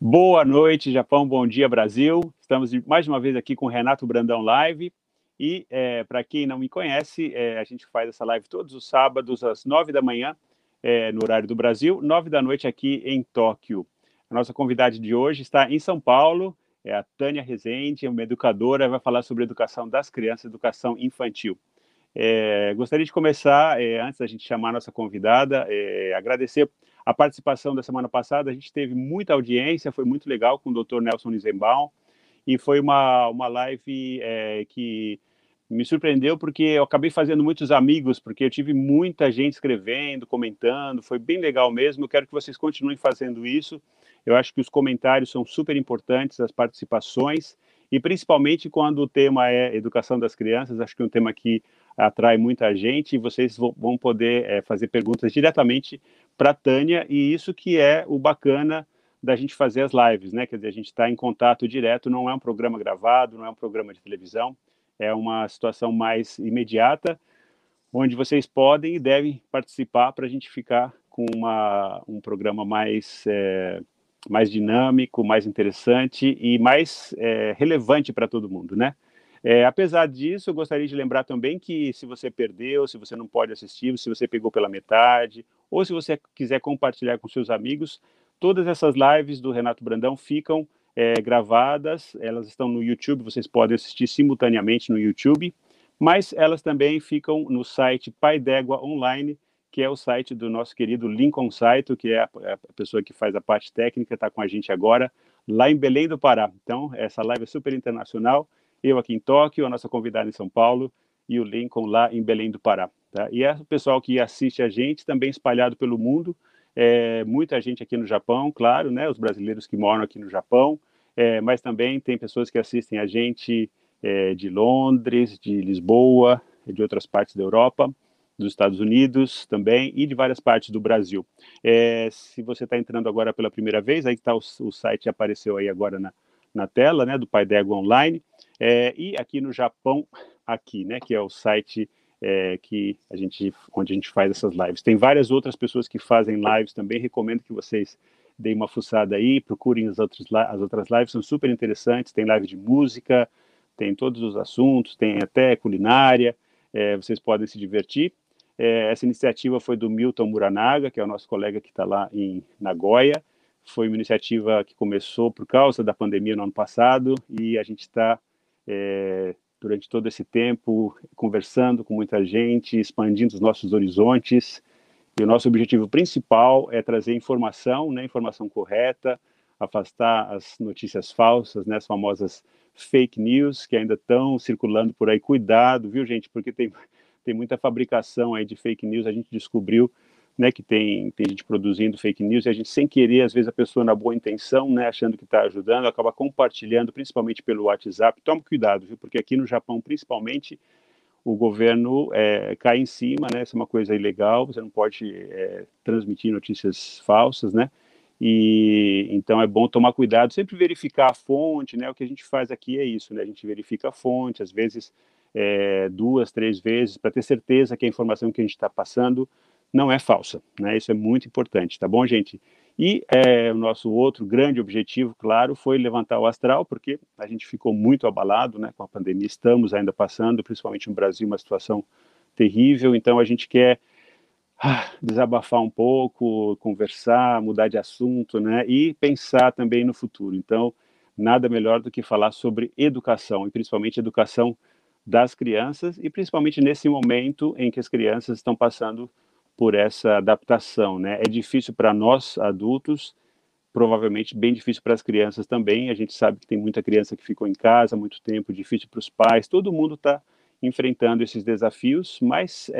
Boa noite, Japão, bom dia, Brasil. Estamos mais uma vez aqui com o Renato Brandão Live. E, para quem não me conhece, a gente faz essa live todos os sábados, às 9 da manhã, no horário do Brasil, 9 da noite aqui em Tóquio. A nossa convidada de hoje está em São Paulo, é a Tânia Rezende, é uma educadora, vai falar sobre educação das crianças, educação infantil. Gostaria de começar, antes da gente chamar a nossa convidada, agradecer a participação da semana passada. A gente teve muita audiência, foi muito legal com o Dr. Nelson Nizenbaum, e foi uma live que me surpreendeu, porque eu acabei fazendo muitos amigos, porque eu tive muita gente escrevendo, comentando, foi bem legal mesmo. Eu quero que vocês continuem fazendo isso. Eu acho que os comentários são super importantes, as participações, e principalmente quando o tema é educação das crianças. Acho que é um tema que atrai muita gente, e vocês vão poder fazer perguntas diretamente para a Tânia, e isso que é o bacana da gente fazer as lives, né? Quer dizer, a gente está em contato direto, não é um programa gravado, não é um programa de televisão, é uma situação mais imediata, onde vocês podem e devem participar para a gente ficar com um programa mais dinâmico, mais interessante e mais relevante para todo mundo, né? Apesar disso, eu gostaria de lembrar também que se você perdeu, se você não pode assistir, se você pegou pela metade, ou se você quiser compartilhar com seus amigos, todas essas lives do Renato Brandão ficam gravadas, elas estão no YouTube, vocês podem assistir simultaneamente no YouTube, mas elas também ficam no site Pai d'Égua Online, que é o site do nosso querido Lincoln Saito, que é a pessoa que faz a parte técnica, está com a gente agora, lá em Belém do Pará. Então, essa live é super internacional, eu aqui em Tóquio, a nossa convidada em São Paulo, e o Lincoln lá em Belém do Pará. Tá? E é o pessoal que assiste a gente, também espalhado pelo mundo, muita gente aqui no Japão, claro, né, os brasileiros que moram aqui no Japão, mas também tem pessoas que assistem a gente de Londres, de Lisboa, de outras partes da Europa, dos Estados Unidos também, e de várias partes do Brasil. Se você está entrando agora pela primeira vez, aí está o site, apareceu aí agora na tela, né, do Pai d'Égua Online, e aqui no Japão, aqui, né, que é o site onde a gente faz essas lives. Tem várias outras pessoas que fazem lives também, recomendo que vocês deem uma fuçada aí, procurem as outras lives, são super interessantes, tem live de música, tem todos os assuntos, tem até culinária, vocês podem se divertir. Essa iniciativa foi do Milton Muranaga, que é o nosso colega que está lá em Nagoya. Foi uma iniciativa que começou por causa da pandemia no ano passado, e a gente está, durante todo esse tempo, conversando com muita gente, expandindo os nossos horizontes, e o nosso objetivo principal é trazer informação, né, informação correta, afastar as notícias falsas, né, as famosas fake news que ainda estão circulando por aí. Cuidado, viu, gente, porque tem muita fabricação aí de fake news. A gente descobriu, né, que tem gente produzindo fake news, e a gente, sem querer, às vezes a pessoa na boa intenção, né, achando que está ajudando, acaba compartilhando, principalmente pelo WhatsApp. Toma cuidado, viu, porque aqui no Japão, principalmente, o governo cai em cima, né? Isso é uma coisa ilegal, você não pode transmitir notícias falsas, né? E então é bom tomar cuidado, sempre verificar a fonte, né? O que a gente faz aqui é isso, né? A gente verifica a fonte, às vezes 2, 3 vezes, para ter certeza que a informação que a gente está passando não é falsa, né? Isso é muito importante, tá bom, gente? E o nosso outro grande objetivo, claro, foi levantar o astral, porque a gente ficou muito abalado, né, com a pandemia. Estamos ainda passando, principalmente no Brasil, uma situação terrível. Então a gente quer desabafar um pouco, conversar, mudar de assunto, né, e pensar também no futuro. Então, nada melhor do que falar sobre educação, e principalmente educação das crianças, e principalmente nesse momento em que as crianças estão passando por essa adaptação, né? É difícil para nós, adultos, provavelmente bem difícil para as crianças também. A gente sabe que tem muita criança que ficou em casa há muito tempo, difícil para os pais. Todo mundo está enfrentando esses desafios, mas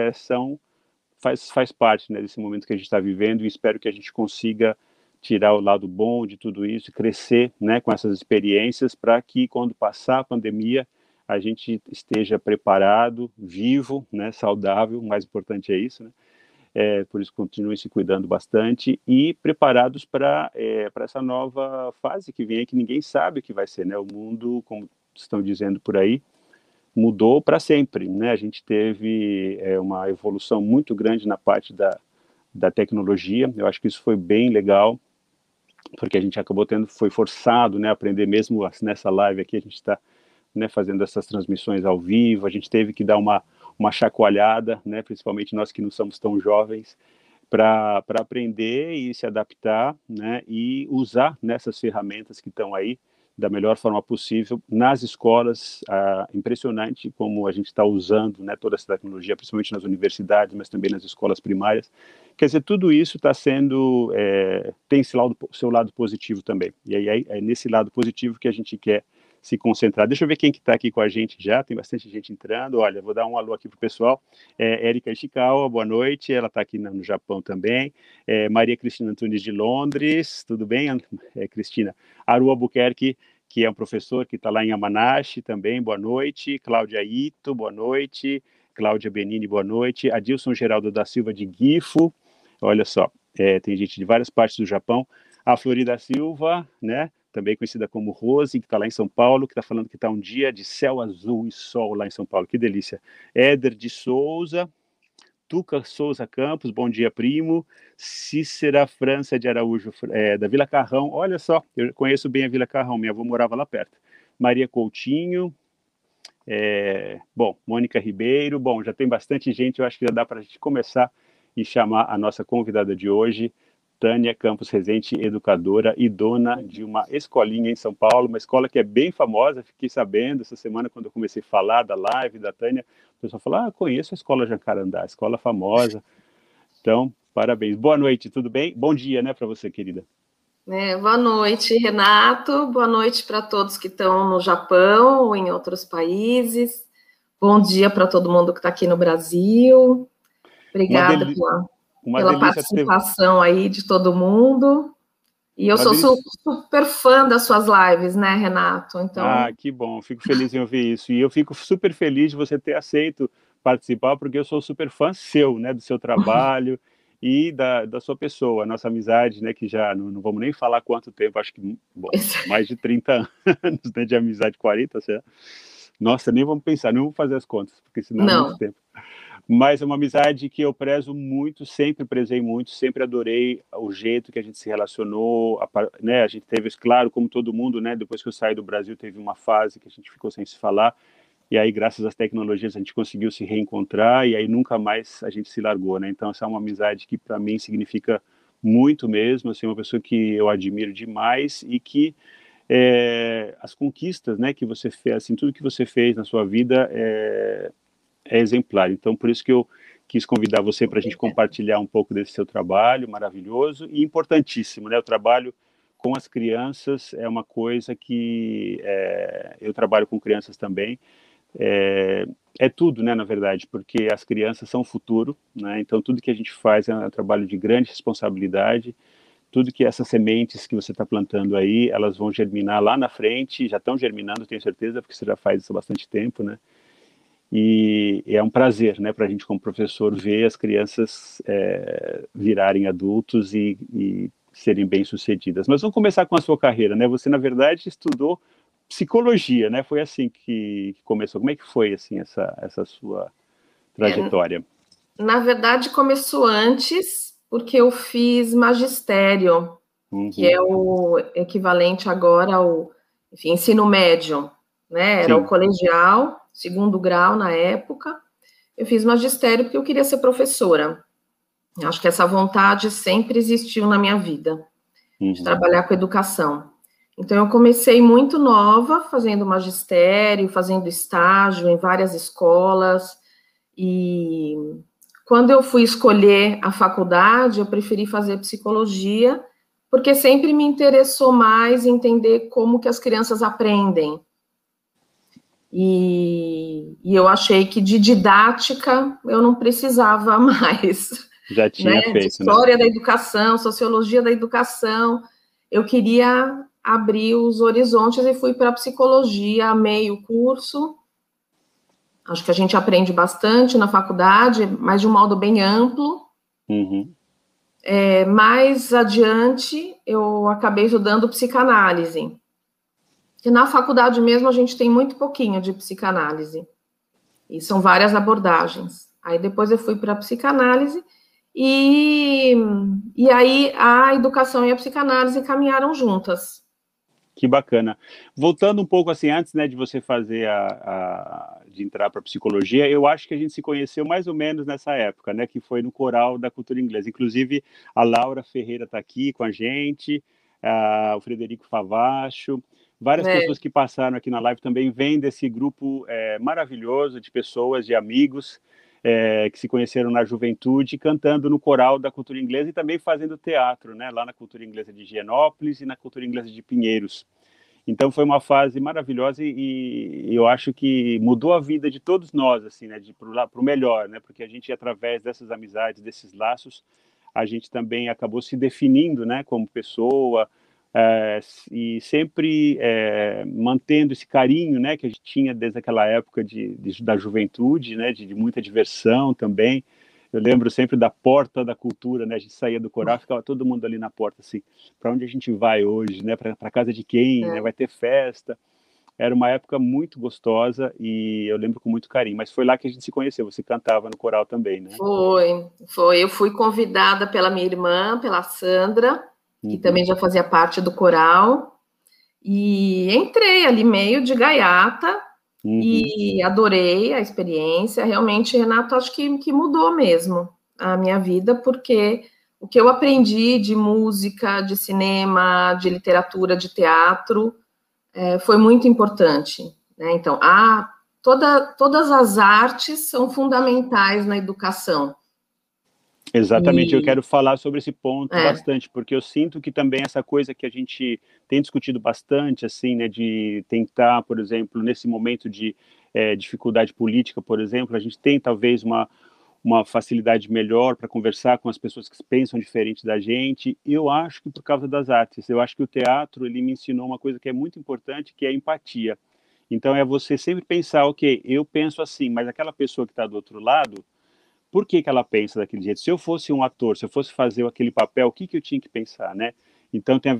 faz parte, né, desse momento que a gente está vivendo, e espero que a gente consiga tirar o lado bom de tudo isso, crescer, né, com essas experiências, para que quando passar a pandemia a gente esteja preparado, vivo, né, saudável. O mais importante é isso, né? Por isso continuem se cuidando bastante e preparados para essa nova fase que vem aí, que ninguém sabe o que vai ser, né? O mundo, como estão dizendo por aí, mudou para sempre, né? A gente teve uma evolução muito grande na parte da tecnologia. Eu acho que isso foi bem legal. porque a gente acabou foi forçado, né, a aprender mesmo nessa live aqui, a gente está, né, fazendo essas transmissões ao vivo, a gente teve que dar uma chacoalhada, né, principalmente nós que não somos tão jovens, para aprender e se adaptar, né, e usar nessas ferramentas que estão aí da melhor forma possível nas escolas. Impressionante como a gente está usando, né, toda essa tecnologia, principalmente nas universidades, mas também nas escolas primárias. Quer dizer, tudo isso está sendo, tem seu lado positivo também. E aí é nesse lado positivo que a gente quer se concentrar. Deixa eu ver quem que está aqui com a gente já, tem bastante gente entrando. Olha, vou dar um alô aqui para o pessoal. Érica Ishikawa, boa noite, ela está aqui no Japão também. Maria Cristina Antunes de Londres, tudo bem, Cristina? Aru Albuquerque, que é um professor que está lá em Yamanashi também, boa noite. Cláudia Ito, boa noite. Cláudia Benini, boa noite. Adilson Geraldo da Silva de Gifo, olha só, tem gente de várias partes do Japão. A Florida Silva, né, também conhecida como Rose, que está lá em São Paulo, que está falando que está um dia de céu azul e sol lá em São Paulo, que delícia. Éder de Souza, Tuca Souza Campos, bom dia, primo. Cícera França de Araújo, da Vila Carrão, olha só, eu conheço bem a Vila Carrão, minha avó morava lá perto. Maria Coutinho, bom, Mônica Ribeiro, bom, já tem bastante gente, eu acho que já dá para a gente começar e chamar a nossa convidada de hoje, Tânia Campos Rezende, educadora e dona de uma escolinha em São Paulo, uma escola que é bem famosa, fiquei sabendo essa semana quando eu comecei a falar da live da Tânia, o pessoal falou, conheço a escola Jacarandá, escola famosa, então, parabéns. Boa noite, tudo bem? Bom dia, né, para você, querida. Boa noite, Renato, boa noite para todos que estão no Japão ou em outros países, bom dia para todo mundo que está aqui no Brasil, obrigada pela participação aí de todo mundo. E eu sou super fã das suas lives, né, Renato? Então... que bom, fico feliz em ouvir isso. E eu fico super feliz de você ter aceito participar, porque eu sou super fã seu, né, do seu trabalho e da sua pessoa, a nossa amizade, né, que já não vamos nem falar quanto tempo, acho que, bom, mais de 30 anos, né, de amizade, 40, certo? Nossa, nem vamos pensar, não vamos fazer as contas, porque senão é muito tempo. Mas é uma amizade que eu prezo muito, sempre prezei muito, sempre adorei o jeito que a gente se relacionou, né? A gente teve, claro, como todo mundo, né? Depois que eu saí do Brasil, teve uma fase que a gente ficou sem se falar, e aí, graças às tecnologias, a gente conseguiu se reencontrar, e aí nunca mais a gente se largou, né? Então, essa é uma amizade que, para mim, significa muito mesmo, assim, uma pessoa que eu admiro demais e que as conquistas, né, que você fez, assim, tudo que você fez na sua vida é exemplar. Então, por isso que eu quis convidar você para a gente compartilhar um pouco desse seu trabalho maravilhoso e importantíssimo, né? O trabalho com as crianças é uma coisa que eu trabalho com crianças também. É tudo, né, na verdade, porque as crianças são o futuro, né? Então, tudo que a gente faz é um trabalho de grande responsabilidade. Tudo que essas sementes que você está plantando aí, elas vão germinar lá na frente, já estão germinando, tenho certeza, porque você já faz isso há bastante tempo, né? E é um prazer, né, para a gente como professor ver as crianças virarem adultos e serem bem-sucedidas. Mas vamos começar com a sua carreira, né? Você, na verdade, estudou psicologia, né? Foi assim que começou. Como é que foi, assim, essa sua trajetória? Na verdade, começou antes, porque eu fiz magistério, que é o equivalente agora ao, enfim, ensino médio, né? Era o colegial, segundo grau na época. Eu fiz magistério porque eu queria ser professora. Acho que essa vontade sempre existiu na minha vida, de trabalhar com educação. Então, eu comecei muito nova, fazendo magistério, fazendo estágio em várias escolas. E quando eu fui escolher a faculdade, eu preferi fazer psicologia, porque sempre me interessou mais entender como que as crianças aprendem. E eu achei que de didática eu não precisava mais. Já tinha feito, de história da educação, sociologia da educação. Eu queria abrir os horizontes e fui para a psicologia, amei o curso. Acho que a gente aprende bastante na faculdade, mas de um modo bem amplo. Mais adiante, eu acabei estudando psicanálise. Que na faculdade mesmo a gente tem muito pouquinho de psicanálise. E são várias abordagens. Aí depois eu fui para a psicanálise E, e aí a educação e a psicanálise caminharam juntas. Que bacana. Voltando um pouco assim, antes, né, de você fazer de entrar para psicologia, eu acho que a gente se conheceu mais ou menos nessa época, né, que foi no coral da cultura inglesa. Inclusive, a Laura Ferreira está aqui com a gente, o Frederico Favacho, várias É, pessoas que passaram aqui na live também vêm desse grupo maravilhoso de pessoas, de amigos, que se conheceram na juventude, cantando no coral da cultura inglesa e também fazendo teatro, né, lá na cultura inglesa de Higienópolis e na cultura inglesa de Pinheiros. Então foi uma fase maravilhosa e eu acho que mudou a vida de todos nós, assim, né, para o melhor, né, porque a gente, através dessas amizades, desses laços, a gente também acabou se definindo, né, como pessoa, é, e sempre mantendo esse carinho, né, que a gente tinha desde aquela época da juventude, né, de muita diversão também. Eu lembro sempre da porta da cultura, né? A gente saía do coral, ficava todo mundo ali na porta, assim, para onde a gente vai hoje, né? Para casa de quem, né? é. Vai ter festa. Era uma época muito gostosa e eu lembro com muito carinho. Mas foi lá que a gente se conheceu. Você cantava no coral também, né? Foi. Eu fui convidada pela minha irmã, pela Sandra, que Uhum, também já fazia parte do coral, e entrei ali meio de gaiata uhum. e adorei a experiência. Realmente, Renato, acho que mudou mesmo a minha vida, porque o que eu aprendi de música, de cinema, de literatura, de teatro, foi muito importante, né? Então, todas as artes são fundamentais na educação. Exatamente, eu E quero falar sobre esse ponto é, bastante, porque eu sinto que também essa coisa que a gente tem discutido bastante, assim, né, de tentar, por exemplo, nesse momento de dificuldade política, por exemplo, a gente tem talvez uma facilidade melhor para conversar com as pessoas que pensam diferente da gente. Eu acho que por causa das artes, eu acho que o teatro ele me ensinou uma coisa que é muito importante, que é a empatia. Então é você sempre pensar, ok, eu penso assim, mas aquela pessoa que está do outro lado, por que que ela pensa daquele jeito? Se eu fosse um ator, se eu fosse fazer aquele papel, o que que eu tinha que pensar, né? Então tem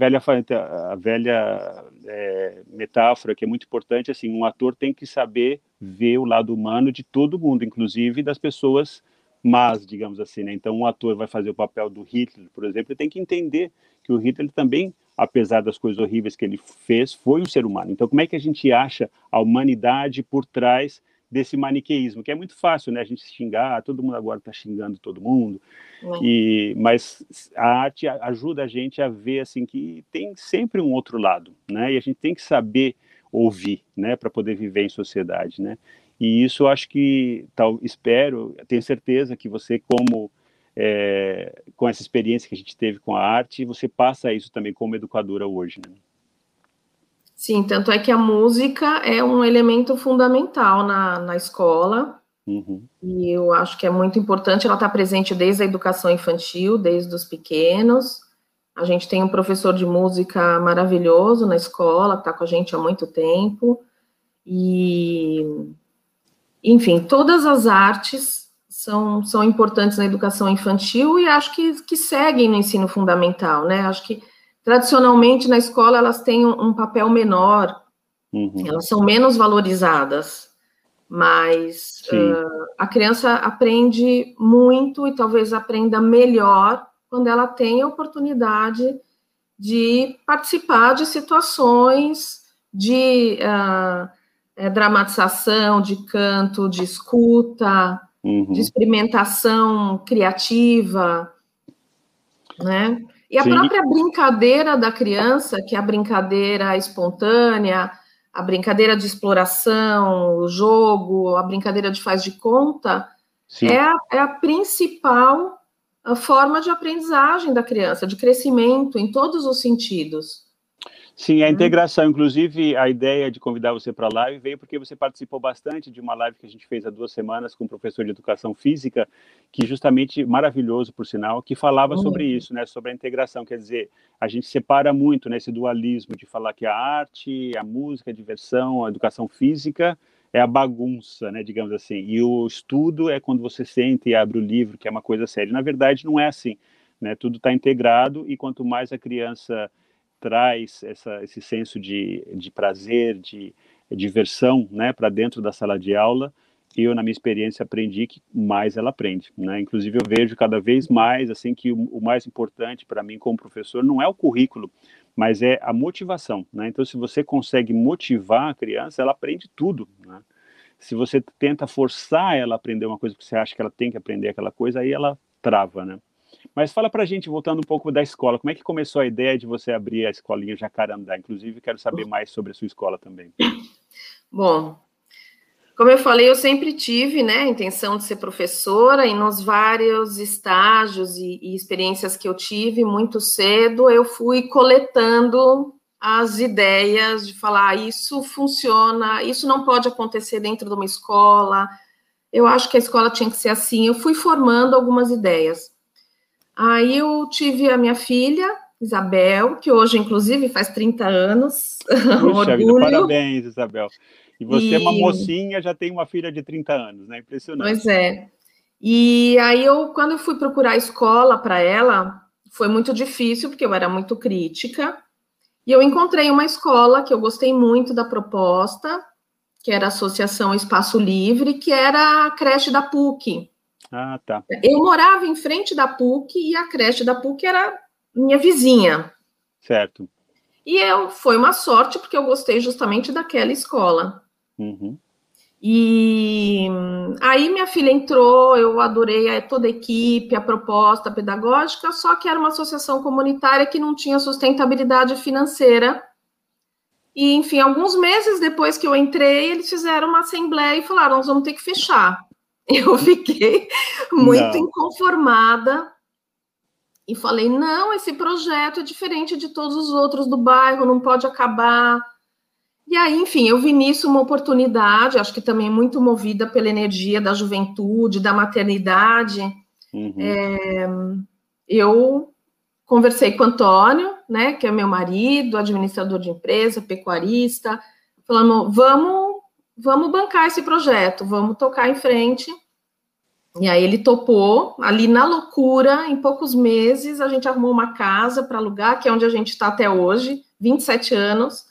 a velha metáfora que é muito importante, assim, um ator tem que saber ver o lado humano de todo mundo, inclusive das pessoas más, digamos assim, né? Então um ator vai fazer o papel do Hitler, por exemplo, ele tem que entender que o Hitler também, apesar das coisas horríveis que ele fez, foi um ser humano. Então como é que a gente acha a humanidade por trás desse maniqueísmo, que é muito fácil, né? A gente xingar, todo mundo agora está xingando todo mundo, mas a arte ajuda a gente a ver assim que tem sempre um outro lado, né? E a gente tem que saber ouvir, né, para poder viver em sociedade, né? E isso eu acho que espero, tenho certeza que você como com essa experiência que a gente teve com a arte, você passa isso também como educadora hoje, né? sim, tanto é que a música é um elemento fundamental na escola, Uhum, e eu acho que é muito importante ela estar presente desde a educação infantil, desde os pequenos. A gente tem um professor de música maravilhoso na escola, que está com a gente há muito tempo, e, enfim, todas as artes são importantes na educação infantil e acho que seguem no ensino fundamental, né? Acho que tradicionalmente na escola elas têm um papel menor, uhum, elas são menos valorizadas, mas sim. a criança aprende muito e talvez aprenda melhor quando ela tem a oportunidade de participar de situações de dramatização, de canto, de escuta, de Uhum, experimentação criativa, né? E a sim. própria brincadeira da criança, que é a brincadeira espontânea, a brincadeira de exploração, o jogo, a brincadeira de faz de conta, Sim. é a principal forma de aprendizagem da criança, de crescimento em todos os sentidos. Sim, a Né? integração, inclusive a ideia de convidar você para a live veio porque você participou bastante de uma live que a gente fez há 2 semanas com um professor de educação física, que justamente, maravilhoso por sinal, que falava sobre Muito. isso, né, sobre a integração, quer dizer, a gente separa muito nesse dualismo de falar que a arte, a música, a diversão, a educação física é a bagunça, né, digamos assim, e o estudo é quando você senta e abre o livro, que é uma coisa séria. Na verdade, não é assim, né, tudo está integrado e quanto mais a criança traz esse senso de prazer, de diversão, né, para dentro da sala de aula, eu, na minha experiência, aprendi que mais ela aprende, né? Inclusive, eu vejo cada vez mais, assim, que o mais importante para mim como professor não é o currículo, mas é a motivação, né? Então, se você consegue motivar a criança, ela aprende tudo, né? Se você tenta forçar ela a aprender uma coisa que você acha que ela tem que aprender aquela coisa, aí ela trava, né? Mas fala pra gente, voltando um pouco da escola, como é que começou a ideia de você abrir a escolinha Jacarandá? Inclusive, quero saber mais sobre a sua escola também. Bom, como eu falei, eu sempre tive, né, a intenção de ser professora e nos vários estágios e experiências que eu tive muito cedo, eu fui coletando as ideias de falar, isso funciona, isso não pode acontecer dentro de uma escola, eu acho que a escola tinha que ser assim, eu fui formando algumas ideias. Aí eu tive a minha filha, Isabel, que hoje, inclusive, faz 30 anos, um Puxa vida, orgulho. parabéns, Isabel. E você é uma E, mocinha, já tem uma filha de 30 anos, né? pois Impressionante. é. E aí quando eu fui procurar escola para ela, foi muito difícil, porque eu era muito crítica. E eu encontrei uma escola que eu gostei muito da proposta, que era a Associação Espaço Livre, que era a creche da PUC. Ah, tá. Eu morava em frente da PUC e a creche da PUC era minha vizinha. Certo. E foi uma sorte, porque eu gostei justamente daquela escola. Uhum. E aí minha filha entrou, eu adorei toda a equipe, a proposta pedagógica, só que era uma associação comunitária que não tinha sustentabilidade financeira. E, enfim, alguns meses depois que eu entrei, eles fizeram uma assembleia e falaram, nós vamos ter que fechar. Eu fiquei muito Não. inconformada e falei, não, esse projeto é diferente de todos os outros do bairro, não pode acabar. E aí, enfim, eu vi nisso uma oportunidade, acho que também muito movida pela energia da juventude, da maternidade. Uhum. Eu conversei com o Antônio, né, que é meu marido, administrador de empresa, pecuarista, falando, vamos bancar esse projeto, vamos tocar em frente. E aí ele topou, ali na loucura, em poucos meses, a gente arrumou uma casa para alugar, que é onde a gente está até hoje, 27 anos.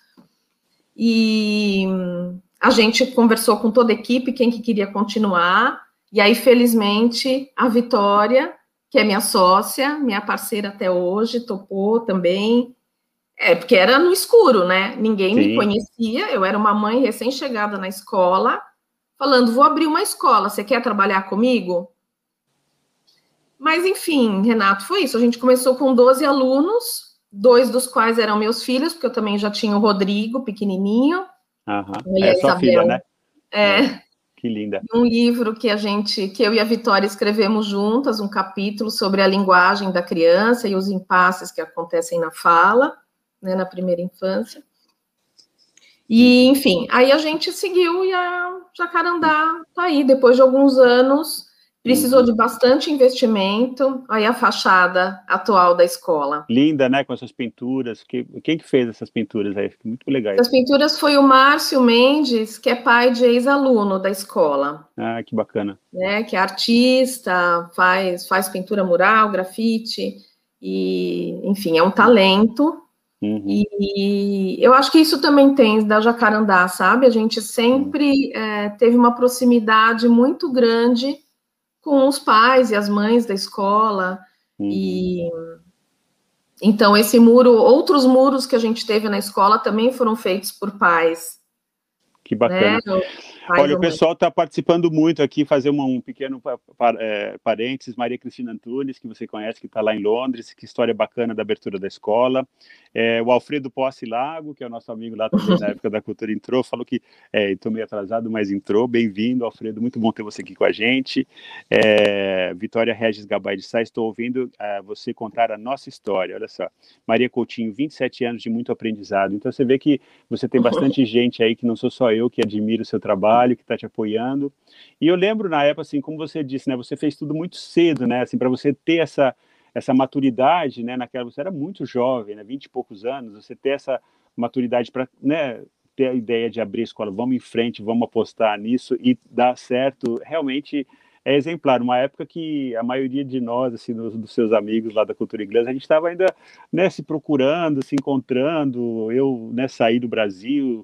E a gente conversou com toda a equipe, quem que queria continuar, e aí, felizmente, a Vitória, que é minha sócia, minha parceira até hoje, topou também, porque era no escuro, né? Ninguém me Sim. conhecia, eu era uma mãe recém-chegada na escola, falando, vou abrir uma escola, você quer trabalhar comigo? Mas, enfim, Renato, foi isso, a gente começou com 12 alunos, 2 dos quais eram meus filhos, porque eu também já tinha o Rodrigo, pequenininho, Aham. e É a sua filha, né? Isabel. É. É, Que linda. um livro que eu e a Vitória escrevemos juntas, um capítulo sobre a linguagem da criança e os impasses que acontecem na fala, né, na primeira infância. E, enfim, aí a gente seguiu e a Jacarandá tá aí, depois de alguns anos, precisou Uhum. de bastante investimento, aí a fachada atual da escola. Linda, né? Com essas pinturas. Quem que fez essas pinturas aí? Ficam muito As legais. pinturas foi o Márcio Mendes, que é pai de ex-aluno da escola. Ah, que bacana. Né, que é artista, faz pintura mural, grafite, e, enfim, é um talento. Uhum. E eu acho que isso também tem da Jacarandá, sabe? A gente Uhum. sempre teve uma proximidade muito grande com os pais e as mães da escola. Uhum. E então esse muro, outros muros que a gente teve na escola também foram feitos por pais, Que né? bacana. Pais Olha, o ou mães. pessoal está participando muito aqui, fazer um pequeno parênteses. Maria Cristina Antunes, que você conhece, que está lá em Londres, que história bacana da abertura da escola. O Alfredo Posse Lago, que é o nosso amigo lá também na época da Cultura, entrou, falou que estou meio atrasado, mas entrou. Bem-vindo, Alfredo, muito bom ter você aqui com a gente. Vitória Regis Gabay de Sá, estou ouvindo você contar a nossa história, olha só. Maria Coutinho, 27 anos de muito aprendizado. Então você vê que você tem bastante gente aí, que não sou só eu, que admira o seu trabalho, que está te apoiando. E eu lembro na época, assim, como você disse, né, você fez tudo muito cedo, né, assim, para você ter essa maturidade, né, naquela, você era muito jovem, né, 20 e poucos anos, você ter essa maturidade para, né, ter a ideia de abrir a escola, vamos em frente, vamos apostar nisso e dar certo, realmente é exemplar. Uma época que a maioria de nós, assim, dos seus amigos lá da cultura inglesa, a gente estava ainda, né, se procurando, se encontrando, eu, né, saí do Brasil,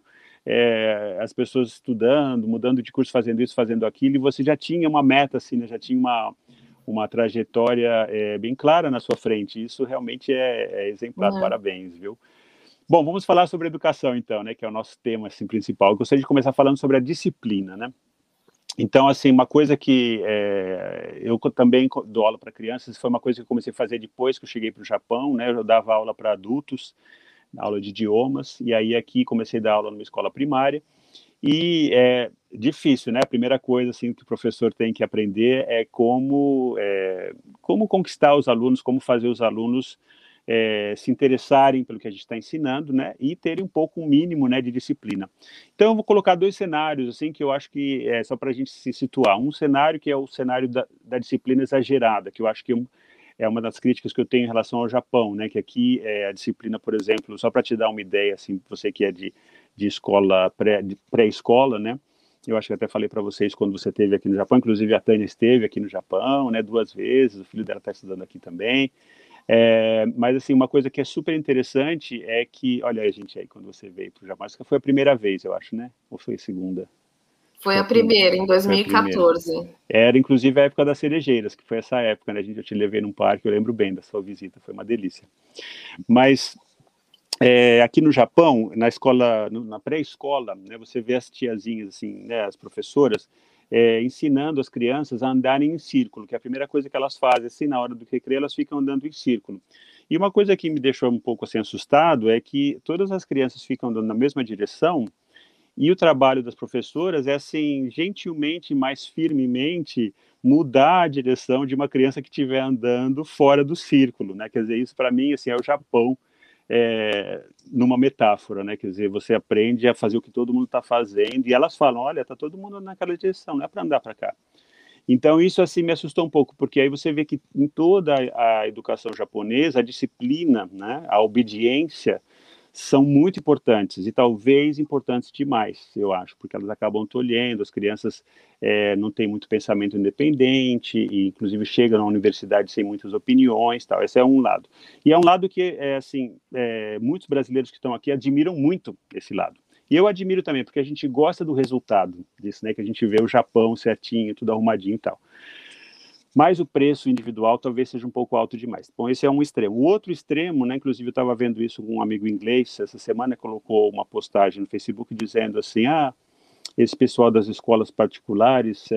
as pessoas estudando, mudando de curso, fazendo isso, fazendo aquilo, e você já tinha uma meta, assim, né? Já tinha uma trajetória bem clara na sua frente. Isso realmente é exemplar. Parabéns, viu? Bom, vamos falar sobre educação, então, né? Que é o nosso tema assim, principal. Eu gostaria de começar falando sobre a disciplina, né? Então, assim, uma coisa que eu também dou aula para crianças, foi uma coisa que eu comecei a fazer depois que eu cheguei para o Japão, né? Eu dava aula para adultos, aula de idiomas, e aí aqui comecei a dar aula numa escola primária, e é difícil, né? A primeira coisa, assim, que o professor tem que aprender é como conquistar os alunos, como fazer os alunos se interessarem pelo que a gente está ensinando, né, e terem um pouco, um mínimo, né, de disciplina. Então, eu vou colocar 2 cenários, assim, que eu acho que é só para a gente se situar. Um cenário que é o cenário da disciplina exagerada, que eu acho que é uma das críticas que eu tenho em relação ao Japão, né, que aqui a disciplina, por exemplo, só para te dar uma ideia, assim, você que é de escola, pré-escola, né, eu acho que até falei para vocês quando você esteve aqui no Japão, inclusive a Tânia esteve aqui no Japão, né, 2 vezes, o filho dela está estudando aqui também. Mas, assim, uma coisa que é super interessante é que, olha aí, gente, aí, quando você veio para o Japão, essa foi a primeira vez, eu acho, né? Ou foi a segunda? Foi a primeira, em 2014. Era, inclusive, a época das cerejeiras, que foi essa época, né? Eu te levei num parque, eu lembro bem da sua visita, foi uma delícia. Mas, aqui no Japão, na escola, na pré-escola, né, você vê as tiazinhas, assim, né, as professoras, ensinando as crianças a andarem em círculo, que é a primeira coisa que elas fazem, assim, na hora do recreio, elas ficam andando em círculo. E uma coisa que me deixou um pouco assim assustado é que todas as crianças ficam andando na mesma direção, e o trabalho das professoras é, assim, gentilmente, mais firmemente, mudar a direção de uma criança que estiver andando fora do círculo, né? Quer dizer, isso para mim, assim, é o Japão, numa metáfora, né? Quer dizer, você aprende a fazer o que todo mundo está fazendo, e elas falam, olha, está todo mundo naquela direção, não é para andar para cá. Então, isso, assim, me assustou um pouco, porque aí você vê que em toda a educação japonesa, a disciplina, né, a obediência, são muito importantes, e talvez importantes demais, eu acho, porque elas acabam tolhendo, as crianças não têm muito pensamento independente, e inclusive chegam na universidade sem muitas opiniões, tal. Esse é um lado. E é um lado que, muitos brasileiros que estão aqui admiram muito esse lado. E eu admiro também, porque a gente gosta do resultado disso, né? Que a gente vê o Japão certinho, tudo arrumadinho e tal. Mas o preço individual talvez seja um pouco alto demais. Bom, esse é um extremo. O outro extremo, né? Inclusive eu estava vendo isso com um amigo inglês, essa semana colocou uma postagem no Facebook dizendo assim, esse pessoal das escolas particulares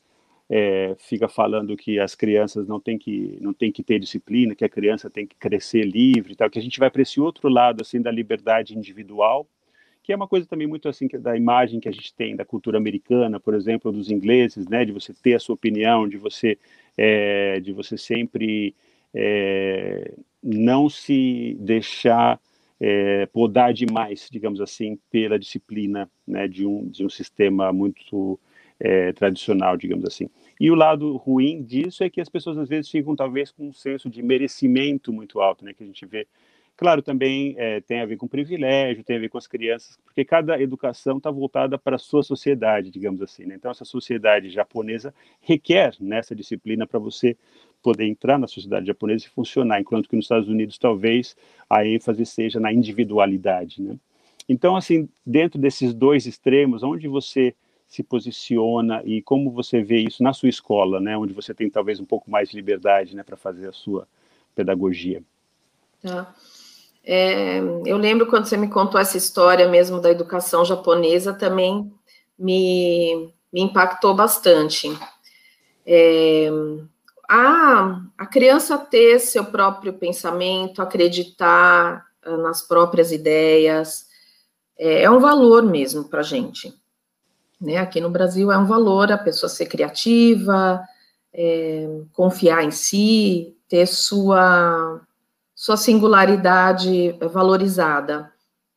fica falando que as crianças não têm que ter disciplina, que a criança tem que crescer livre e tal, que a gente vai para esse outro lado, assim, da liberdade individual, que é uma coisa também muito assim da imagem que a gente tem da cultura americana, por exemplo, dos ingleses, né, de você ter a sua opinião, de você sempre não se deixar podar demais, digamos assim, pela disciplina, né, de um sistema muito tradicional, digamos assim. E o lado ruim disso é que as pessoas às vezes ficam talvez com um senso de merecimento muito alto, né, que a gente vê. Claro, também tem a ver com privilégio, tem a ver com as crianças, porque cada educação está voltada para a sua sociedade, digamos assim, né? Então, essa sociedade japonesa requer nessa disciplina para você poder entrar na sociedade japonesa e funcionar, enquanto que nos Estados Unidos talvez a ênfase seja na individualidade, né? Então, assim, dentro desses 2 extremos, onde você se posiciona e como você vê isso na sua escola, né? Onde você tem talvez um pouco mais de liberdade, né, para fazer a sua pedagogia. Tá. Eu lembro quando você me contou essa história mesmo da educação japonesa, também me impactou bastante. A criança ter seu próprio pensamento, acreditar nas próprias ideias, é um valor mesmo para a gente. Né? Aqui no Brasil é um valor a pessoa ser criativa, confiar em si, ter sua singularidade valorizada.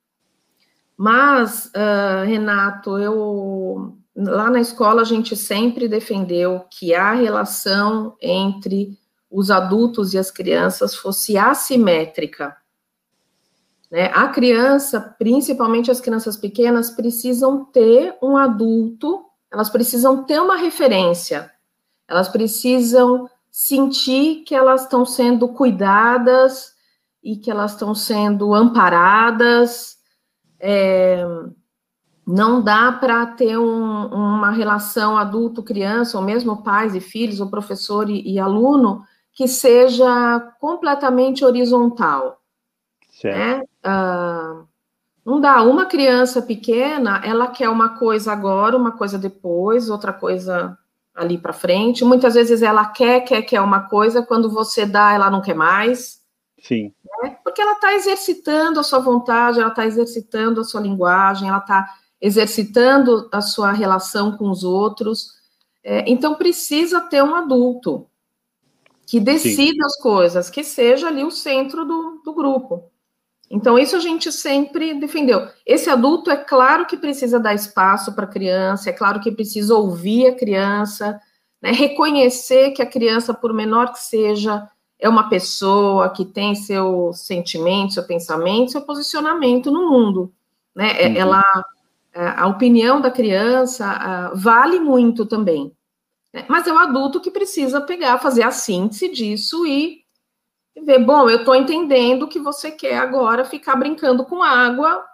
Mas, Renato, lá na escola a gente sempre defendeu que a relação entre os adultos e as crianças fosse assimétrica. Né? A criança, principalmente as crianças pequenas, precisam ter um adulto, elas precisam ter uma referência, elas precisam sentir que elas estão sendo cuidadas e que elas estão sendo amparadas, não dá para ter uma relação adulto-criança, ou mesmo pais e filhos, ou professor e aluno, que seja completamente horizontal. Certo. Né? Não dá. Uma criança pequena, ela quer uma coisa agora, uma coisa depois, outra coisa ali para frente. Muitas vezes ela quer uma coisa, quando você dá, ela não quer mais. Sim. Né? Porque ela está exercitando a sua vontade, ela está exercitando a sua linguagem, ela está exercitando a sua relação com os outros. Então, precisa ter um adulto que decida Sim. as coisas, que seja ali o centro do grupo. Então, isso a gente sempre defendeu. Esse adulto, é claro que precisa dar espaço para a criança, é claro que precisa ouvir a criança, né, reconhecer que a criança, por menor que seja, é uma pessoa que tem seu sentimento, seu pensamento, seu posicionamento no mundo. Né? Uhum. A opinião da criança vale muito também. Né? Mas é o adulto que precisa pegar, fazer a síntese disso e ver, bom, eu estou entendendo que você quer agora ficar brincando com água,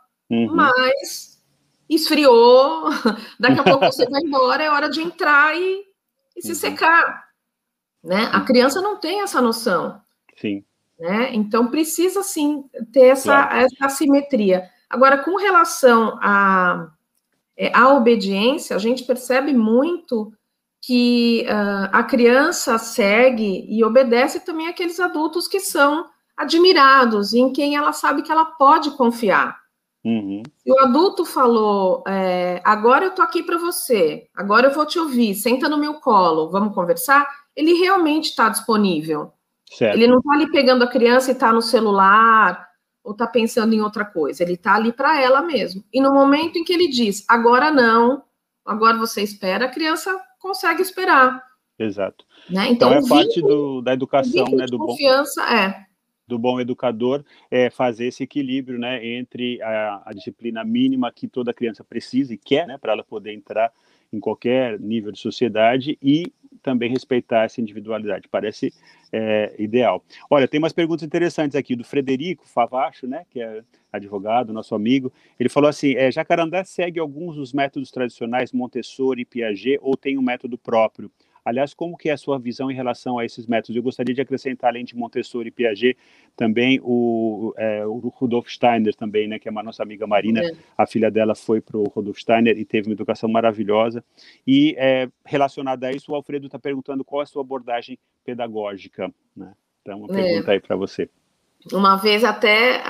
mas esfriou, daqui a pouco você vai embora, é hora de entrar e se secar. Né? A criança não tem essa noção. Sim. Né? Então, precisa, sim, ter essa assimetria. Agora, com relação à obediência, a gente percebe muito que a criança segue e obedece também aqueles adultos que são admirados, em quem ela sabe que ela pode confiar. Uhum. E o adulto falou, agora eu tô aqui para você, agora eu vou te ouvir, senta no meu colo, vamos conversar? Ele realmente está disponível. Certo. Ele não está ali pegando a criança e está no celular, ou está pensando em outra coisa, ele está ali para ela mesmo. E no momento em que ele diz, agora não, agora você espera, a criança consegue esperar. Exato. Né? Então é parte da educação, né, do confiança, do bom educador, fazer esse equilíbrio, né, entre a disciplina mínima que toda criança precisa e quer, né, para ela poder entrar em qualquer nível de sociedade e também respeitar essa individualidade. Parece ideal. Olha, tem umas perguntas interessantes aqui do Frederico Favacho, né, que é advogado, nosso amigo. Ele falou assim, Jacarandá segue alguns dos métodos tradicionais Montessori e Piaget ou tem um método próprio? Aliás, como que é a sua visão em relação a esses métodos? Eu gostaria de acrescentar, além de Montessori e Piaget, também o Rudolf Steiner também, né, que é uma nossa amiga Marina, a filha dela foi para o Rudolf Steiner e teve uma educação maravilhosa. E relacionado a isso, o Alfredo está perguntando qual é a sua abordagem pedagógica, né? Então, uma pergunta aí para você. Uma vez até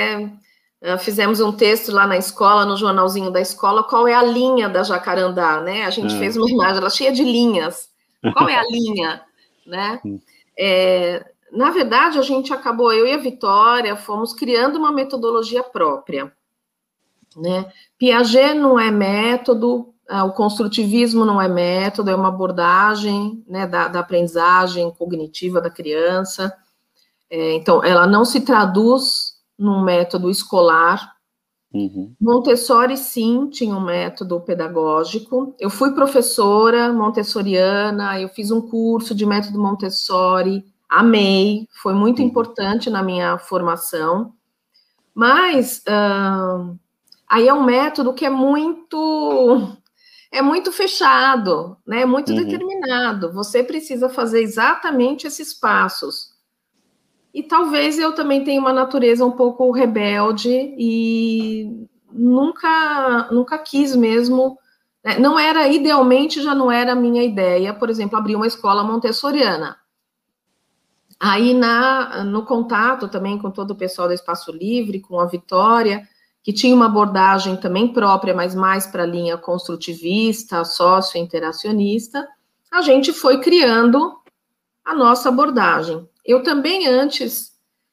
fizemos um texto lá na escola, no jornalzinho da escola, qual é a linha da Jacarandá, né? A gente fez uma imagem, ela cheia de linhas. Qual é a linha, né? Na verdade, a gente acabou, eu e a Vitória, fomos criando uma metodologia própria, né? Piaget não é método, o construtivismo não é método, é uma abordagem, né, da aprendizagem cognitiva da criança. Então, ela não se traduz num método escolar. Uhum. Montessori, sim, tinha um método pedagógico. Eu fui professora montessoriana, eu fiz um curso de método Montessori, amei, foi muito importante na minha formação. Mas aí é um método que é muito fechado, né? Muito determinado. Você precisa fazer exatamente esses passos. E talvez eu também tenha uma natureza um pouco rebelde e nunca quis mesmo, né? Não era, idealmente, já não era a minha ideia, por exemplo, abrir uma escola montessoriana. Aí, no contato também com todo o pessoal do Espaço Livre, com a Vitória, que tinha uma abordagem também própria, mas mais para a linha construtivista, sócio-interacionista, a gente foi criando a nossa abordagem. Eu também, antes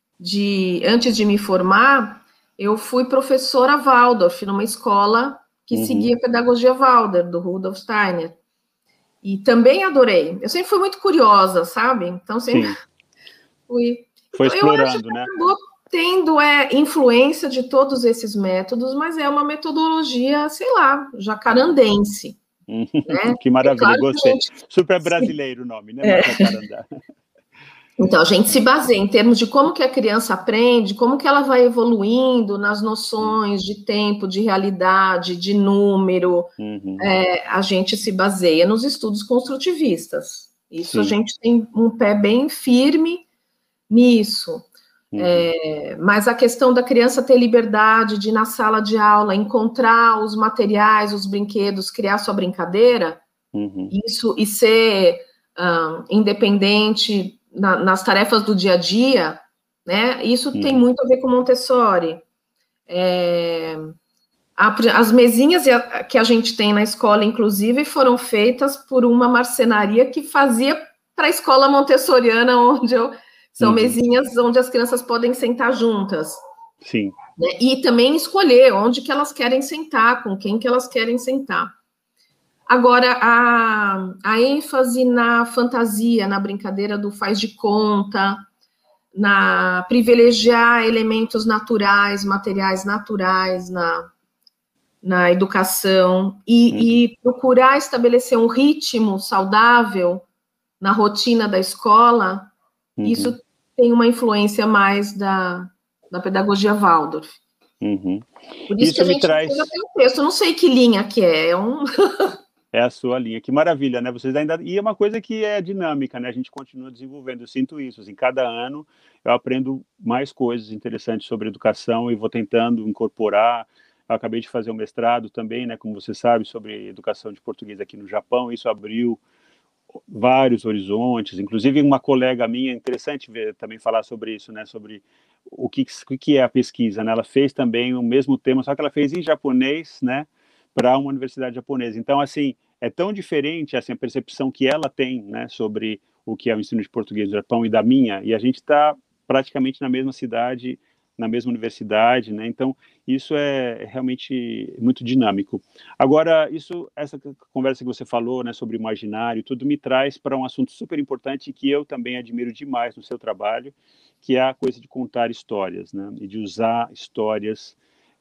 de me formar, eu fui professora Waldorf, numa escola que seguia a pedagogia Waldorf, do Rudolf Steiner. E também adorei. Eu sempre fui muito curiosa, sabe? Então, sempre fui... Foi então, explorando, eu acho que né? acabou tendo influência de todos esses métodos, mas é uma metodologia, sei lá, jacarandense. Né? Que maravilha, Claro gostei. Que Super brasileiro o nome, né? Jacarandá. Então, a gente se baseia em termos de como que a criança aprende, como que ela vai evoluindo nas noções de tempo, de realidade, de número. A gente se baseia nos estudos construtivistas. Isso a gente tem um pé bem firme nisso. Mas a questão da criança ter liberdade de ir na sala de aula, encontrar os materiais, os brinquedos, criar sua brincadeira, isso e ser independente nas tarefas do dia a dia, né? Isso tem muito a ver com Montessori. As mesinhas que a gente tem na escola, inclusive, foram feitas por uma marcenaria que fazia para a escola montessoriana, onde são mesinhas onde as crianças podem sentar juntas. Sim. Né? E também escolher onde que elas querem sentar, com quem que elas querem sentar. Agora, a ênfase na fantasia, na brincadeira do faz de conta, na privilegiar elementos naturais, materiais naturais na educação e procurar estabelecer um ritmo saudável na rotina da escola, isso tem uma influência mais da pedagogia Waldorf. Por isso que a gente fez até o texto. Eu não sei que linha que é. É a sua linha. Que maravilha, né? Vocês ainda... E é uma coisa que é dinâmica, né? A gente continua desenvolvendo. Eu sinto isso. Assim, cada ano eu aprendo mais coisas interessantes sobre educação e vou tentando incorporar. Eu acabei de fazer um mestrado também, né? Como você sabe, sobre educação de português aqui no Japão. Isso abriu vários horizontes. Inclusive, uma colega minha, interessante ver, também falar sobre isso, né? Sobre o que é a pesquisa, né? Ela fez também o mesmo tema, só que ela fez em japonês, né? Para uma universidade japonesa. Então, assim, é tão diferente assim, a percepção que ela tem, né, sobre o que é o ensino de português do Japão e da minha, e a gente está praticamente na mesma cidade, na mesma universidade, né? Então, isso é realmente muito dinâmico. Agora, essa conversa que você falou, né, sobre o imaginário, tudo me traz para um assunto super importante que eu também admiro demais no seu trabalho, que é a coisa de contar histórias, né, e de usar histórias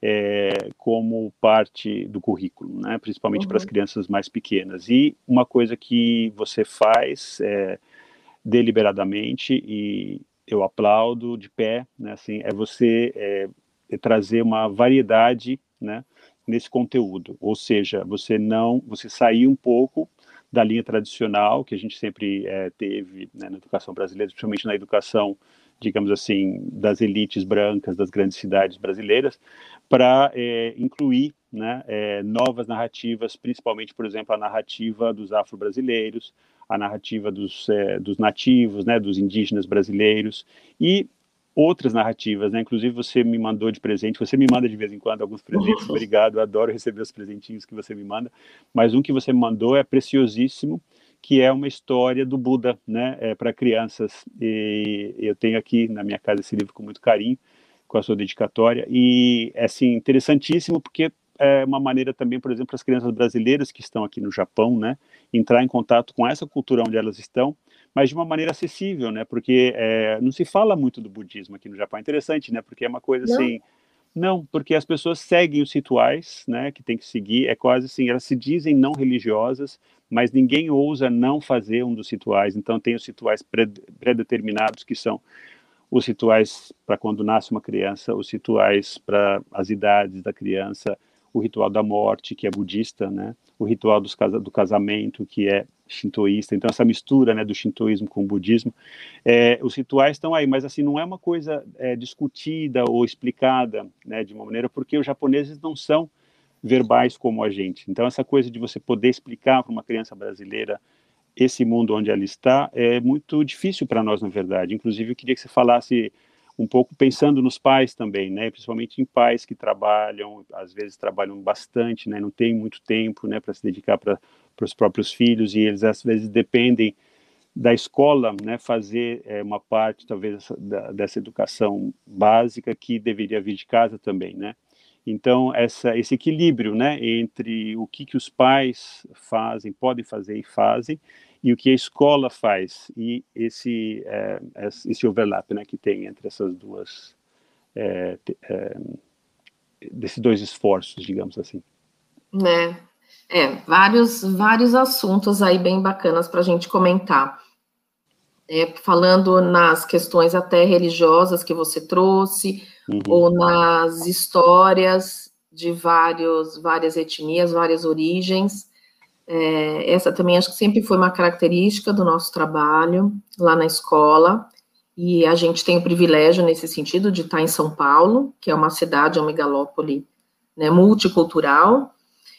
como parte do currículo, né? Principalmente para as crianças mais pequenas. E uma coisa que você faz deliberadamente, e eu aplaudo de pé, né? Assim, é você trazer uma variedade, né, nesse conteúdo. Ou seja, você sair um pouco da linha tradicional que a gente sempre teve, né, na educação brasileira, principalmente na educação, digamos assim, das elites brancas das grandes cidades brasileiras, para incluir, né, novas narrativas, principalmente, por exemplo, a narrativa dos afro-brasileiros, a narrativa dos nativos, né, dos indígenas brasileiros e outras narrativas, né? Inclusive você me mandou de presente, você me manda de vez em quando alguns presentes, obrigado, eu adoro receber os presentinhos que você me manda, mas um que você me mandou é preciosíssimo, que é uma história do Buda, né, para crianças, e eu tenho aqui na minha casa esse livro com muito carinho, com a sua dedicatória, e é assim, interessantíssimo, porque é uma maneira também, por exemplo, para as crianças brasileiras que estão aqui no Japão, né, entrar em contato com essa cultura onde elas estão, mas de uma maneira acessível, né, porque não se fala muito do budismo aqui no Japão, é interessante, né, porque é uma coisa assim... Não, porque as pessoas seguem os rituais, né, que tem que seguir, é quase assim, elas se dizem não religiosas, mas ninguém ousa não fazer um dos rituais, então tem os rituais pré-determinados, que são os rituais para quando nasce uma criança, os rituais para as idades da criança, o ritual da morte, que é budista, né, o ritual do casamento, que é shintoísta, então essa mistura, né, do shintoísmo com o budismo, os rituais estão aí, mas assim, não é uma coisa discutida ou explicada, né, de uma maneira, porque os japoneses não são verbais como a gente, então essa coisa de você poder explicar para uma criança brasileira esse mundo onde ela está é muito difícil para nós, na verdade. Inclusive, eu queria que você falasse um pouco pensando nos pais também, né? Principalmente em pais que trabalham, às vezes trabalham bastante, né? Não tem muito tempo, né, para se dedicar para os próprios filhos, e eles às vezes dependem da escola, né, fazer uma parte, talvez, dessa educação básica que deveria vir de casa também, né? Então, esse equilíbrio, né, entre o que os pais fazem, podem fazer e fazem, e o que a escola faz, e esse overlap, né, que tem entre essas duas, desses dois esforços, digamos assim. Vários assuntos aí bem bacanas para a gente comentar. falando nas questões até religiosas que você trouxe, ou nas histórias de várias etnias, várias origens. Essa também acho que sempre foi uma característica do nosso trabalho lá na escola, e a gente tem o privilégio nesse sentido de estar em São Paulo, que é uma cidade, uma megalópole, né, multicultural,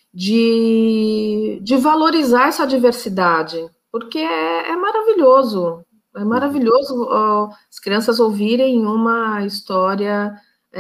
de valorizar essa diversidade, porque é maravilhoso. É maravilhoso as crianças ouvirem uma história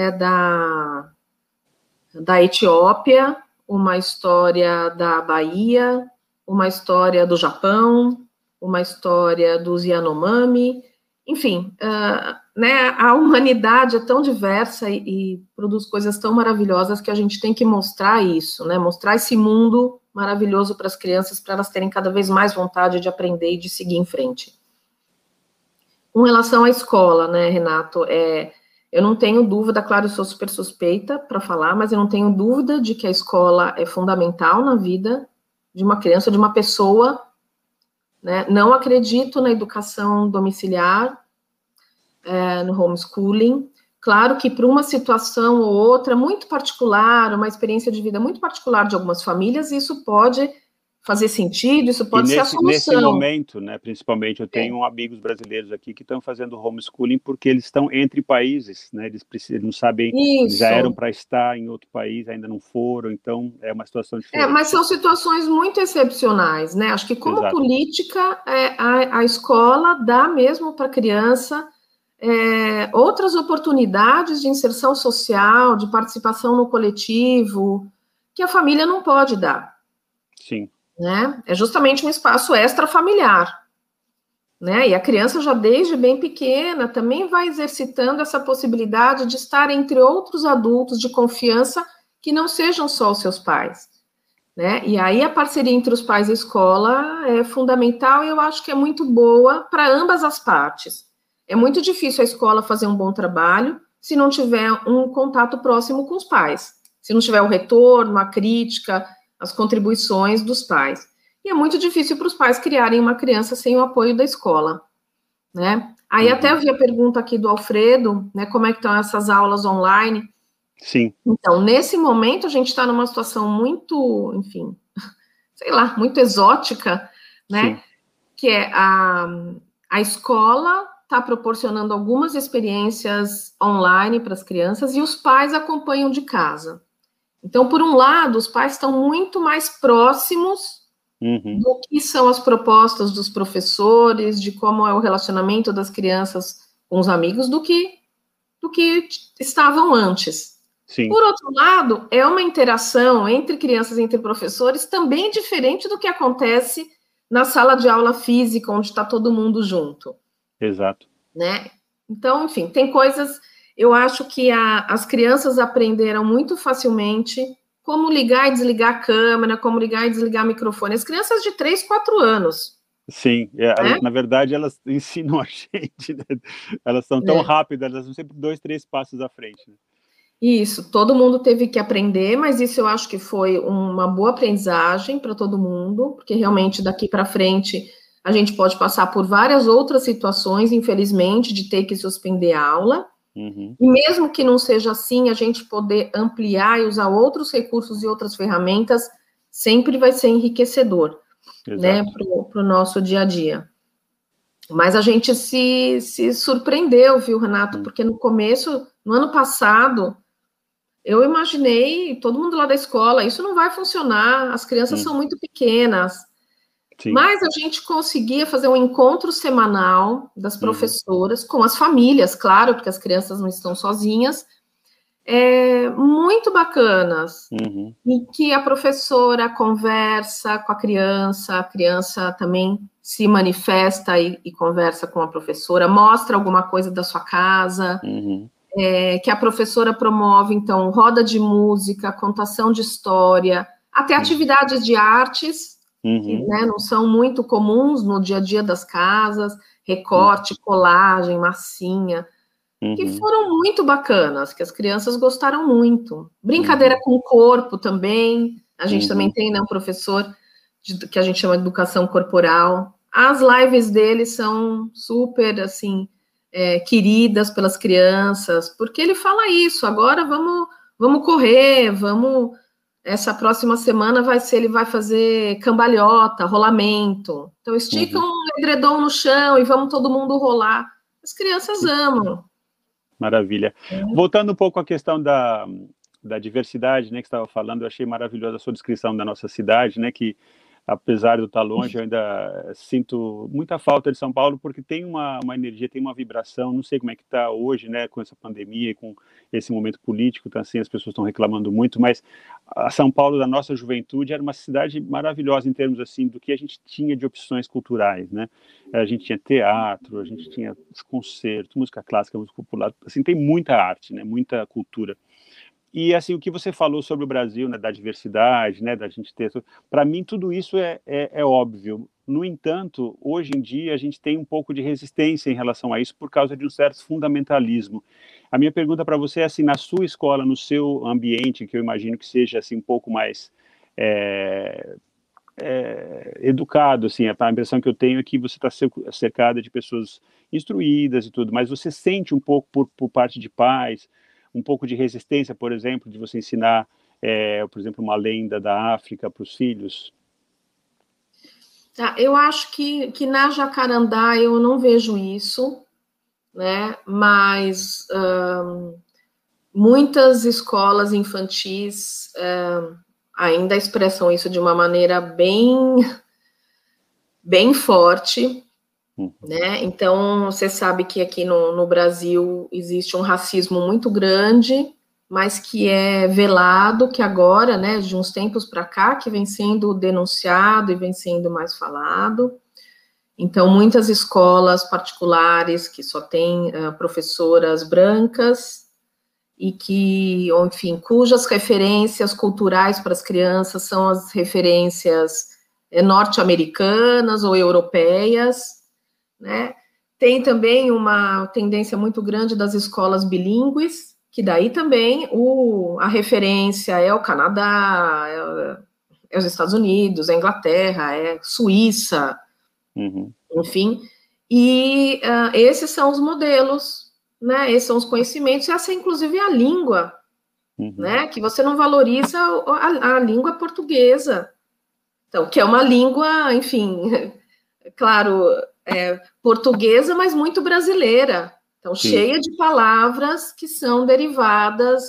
da Etiópia, uma história da Bahia, uma história do Japão, uma história dos Yanomami, enfim, né, a humanidade é tão diversa e produz coisas tão maravilhosas que a gente tem que mostrar isso, né, mostrar esse mundo maravilhoso para as crianças, para elas terem cada vez mais vontade de aprender e de seguir em frente. Com relação à escola, né, Renato, eu não tenho dúvida, claro, eu sou super suspeita para falar, mas eu não tenho dúvida de que a escola é fundamental na vida de uma criança, de uma pessoa, né? Não acredito na educação domiciliar, no homeschooling. Claro que para uma situação ou outra muito particular, uma experiência de vida muito particular de algumas famílias, isso pode fazer sentido, isso pode ser a solução. Nesse momento, né, principalmente, eu tenho amigos brasileiros aqui que estão fazendo homeschooling porque eles estão entre países, né, eles não sabem, eles já eram para estar em outro país, ainda não foram, então é uma situação diferente. Mas são situações muito excepcionais, né, acho que como política, a escola dá mesmo para a criança outras oportunidades de inserção social, de participação no coletivo, que a família não pode dar. Sim. Né? É justamente um espaço extrafamiliar, né? E a criança já desde bem pequena também vai exercitando essa possibilidade de estar entre outros adultos de confiança que não sejam só os seus pais, né? E aí a parceria entre os pais e a escola é fundamental e eu acho que é muito boa para ambas as partes. É muito difícil a escola fazer um bom trabalho se não tiver um contato próximo com os pais, se não tiver o retorno, a crítica, as contribuições dos pais. E é muito difícil para os pais criarem uma criança sem o apoio da escola, né? Aí até eu vi a pergunta aqui do Alfredo, né, como é que estão essas aulas online? Sim. Então, nesse momento, a gente está numa situação muito, enfim, sei lá, muito exótica, né? Sim. Que é a escola está proporcionando algumas experiências online para as crianças e os pais acompanham de casa. Então, por um lado, os pais estão muito mais próximos do que são as propostas dos professores, de como é o relacionamento das crianças com os amigos, do que estavam antes. Sim. Por outro lado, é uma interação entre crianças e entre professores também diferente do que acontece na sala de aula física, onde está todo mundo junto. Exato. Né? Então, enfim, tem coisas... Eu acho que as crianças aprenderam muito facilmente como ligar e desligar a câmera, como ligar e desligar o microfone. As crianças de 3, 4 anos. Sim, na verdade, elas ensinam a gente, né? Elas são tão rápidas, elas são sempre 2, 3 passos à frente. Né? Isso, todo mundo teve que aprender, mas isso eu acho que foi uma boa aprendizagem para todo mundo, porque realmente daqui para frente a gente pode passar por várias outras situações, infelizmente, de ter que suspender a aula. E mesmo que não seja assim, a gente poder ampliar e usar outros recursos e outras ferramentas sempre vai ser enriquecedor, né, para o nosso dia a dia. Mas a gente se surpreendeu, viu, Renato? Porque no começo, no ano passado, eu imaginei, todo mundo lá da escola, isso não vai funcionar, as crianças são muito pequenas. Sim. Mas a gente conseguia fazer um encontro semanal das professoras com as famílias, claro, porque as crianças não estão sozinhas, muito bacanas, em que a professora conversa com a criança também se manifesta e conversa com a professora, mostra alguma coisa da sua casa, que a professora promove, então, roda de música, contação de história, até atividades de artes, que, né, não são muito comuns no dia a dia das casas, recorte, colagem, massinha, que foram muito bacanas, que as crianças gostaram muito. Brincadeira com o corpo também, a gente também tem, né, um professor que a gente chama de educação corporal, as lives dele são super, assim, queridas pelas crianças, porque ele fala isso, agora vamos correr, vamos... Essa próxima semana ele vai fazer cambalhota, rolamento. Então, estica um edredom no chão e vamos todo mundo rolar. As crianças amam. Maravilha. Voltando um pouco à questão da diversidade, né, que você estava falando, eu achei maravilhosa a sua descrição da nossa cidade, né, que apesar de eu estar longe, eu ainda sinto muita falta de São Paulo, porque tem uma energia, tem uma vibração, não sei como é que está hoje, né, com essa pandemia e com esse momento político, tá assim, as pessoas estão reclamando muito, mas a São Paulo da nossa juventude era uma cidade maravilhosa em termos, assim, do que a gente tinha de opções culturais, né, a gente tinha teatro, a gente tinha os concertos, música clássica, música popular, assim, tem muita arte, né, muita cultura. E, assim, o que você falou sobre o Brasil, né, da diversidade, né, da gente ter... Para mim, tudo isso é óbvio. No entanto, hoje em dia, a gente tem um pouco de resistência em relação a isso por causa de um certo fundamentalismo. A minha pergunta para você é, assim, na sua escola, no seu ambiente, que eu imagino que seja, assim, um pouco mais educado, assim, a impressão que eu tenho é que você está cercada de pessoas instruídas e tudo, mas você sente um pouco por parte de pais, um pouco de resistência, por exemplo, de você ensinar, por exemplo, uma lenda da África para os filhos? Eu acho que na Jacarandá eu não vejo isso, né? Mas muitas escolas infantis ainda expressam isso de uma maneira bem forte, né? Então, você sabe que aqui no Brasil existe um racismo muito grande, mas que é velado, que agora, né, de uns tempos para cá, que vem sendo denunciado e vem sendo mais falado. Então, muitas escolas particulares que só têm professoras brancas e que, enfim, cujas referências culturais para as crianças são as referências norte-americanas ou europeias, né? Tem também uma tendência muito grande das escolas bilíngues, que daí também a referência é o Canadá, é os Estados Unidos, é a Inglaterra, é Suíça, enfim. E esses são os modelos, né? Esses são os conhecimentos, e essa é inclusive a língua, né? Que você não valoriza a língua portuguesa, então, que é uma língua, enfim, claro, portuguesa, mas muito brasileira. Então, cheia de palavras que são derivadas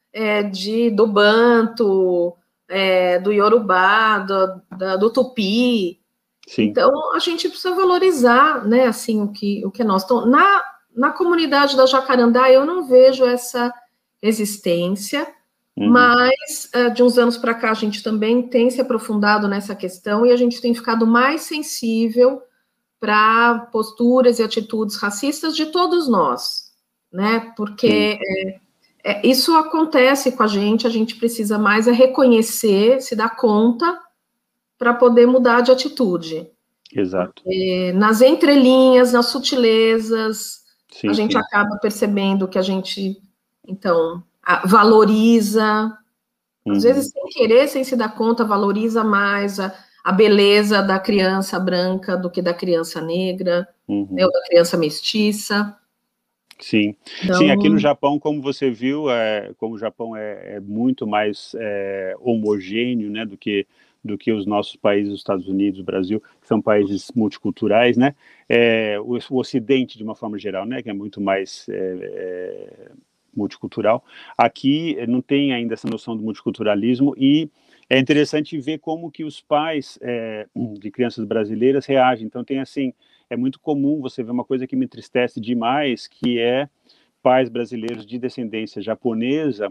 do banto, do iorubá, do tupi. Sim. Então, a gente precisa valorizar, né, assim, o que é nosso. Então, na comunidade da Jacarandá, eu não vejo essa resistência, mas de uns anos para cá a gente também tem se aprofundado nessa questão e a gente tem ficado mais sensível para posturas e atitudes racistas de todos nós, né? Porque isso acontece com a gente precisa mais reconhecer, se dar conta para poder mudar de atitude. Exato. Porque nas entrelinhas, nas sutilezas, a gente acaba percebendo que a gente, então, valoriza, às vezes sem querer, sem se dar conta, valoriza mais a beleza da criança branca do que da criança negra, né, ou da criança mestiça. Sim. Então... Sim, aqui no Japão, como você viu, como o Japão é muito mais homogêneo, né, do que os nossos países, os Estados Unidos, o Brasil, que são países multiculturais, né, o Ocidente, de uma forma geral, né, que é muito mais multicultural. Aqui não tem ainda essa noção do multiculturalismo e é interessante ver como que os pais de crianças brasileiras reagem. Então tem assim, é muito comum você ver uma coisa que me entristece demais, que é pais brasileiros de descendência japonesa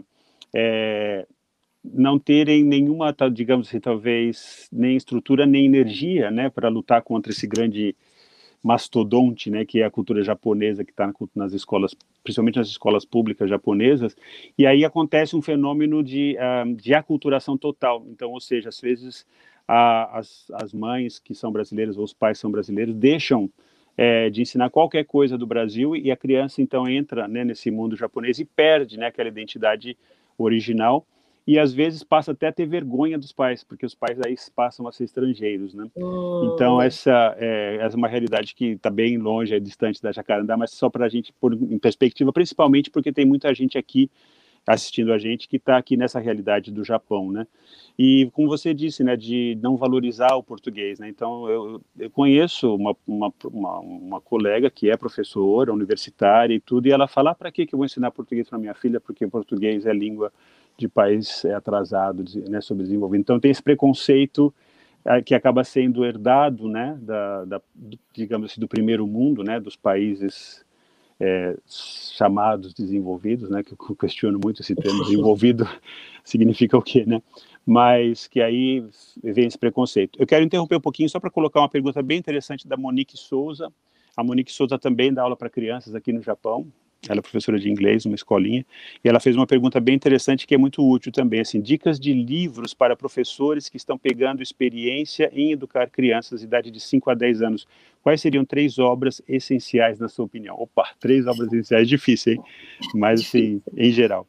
não terem nenhuma, digamos assim, talvez nem estrutura nem energia, né, para lutar contra esse grande mastodonte, né, que é a cultura japonesa que está nas escolas, principalmente nas escolas públicas japonesas, e aí acontece um fenômeno de aculturação total. Então, ou seja, às vezes as mães que são brasileiras ou os pais que são brasileiros deixam de ensinar qualquer coisa do Brasil e a criança então entra, né, nesse mundo japonês e perde, né, aquela identidade original. e às vezes passa até a ter vergonha dos pais, porque os pais aí passam a ser estrangeiros, né? Então essa é uma realidade que está bem longe, é distante da Jacarandá, mas só para a gente pôr em perspectiva, principalmente porque tem muita gente aqui assistindo a gente que está aqui nessa realidade do Japão, né? E como você disse, né, de não valorizar o português, né? Então eu conheço uma colega que é professora universitária e tudo, e ela fala: para que eu vou ensinar português para minha filha, porque português é língua de país atrasado, né, subdesenvolvido. Então tem esse preconceito que acaba sendo herdado, né, digamos assim, do primeiro mundo, né, dos países chamados desenvolvidos, né, que eu questiono muito esse termo desenvolvido significa o quê, né? Mas que aí vem esse preconceito. Eu quero interromper um pouquinho só para colocar uma pergunta bem interessante da Monique Souza. A Monique Souza também dá aula para crianças aqui no Japão. Ela é professora de inglês numa escolinha, e ela fez uma pergunta bem interessante que é muito útil também, assim, dicas de livros para professores que estão pegando experiência em educar crianças de idade de 5 a 10 anos. Quais seriam 3 obras essenciais, na sua opinião? Opa, 3 obras essenciais, difícil, hein? Mas, assim, em geral.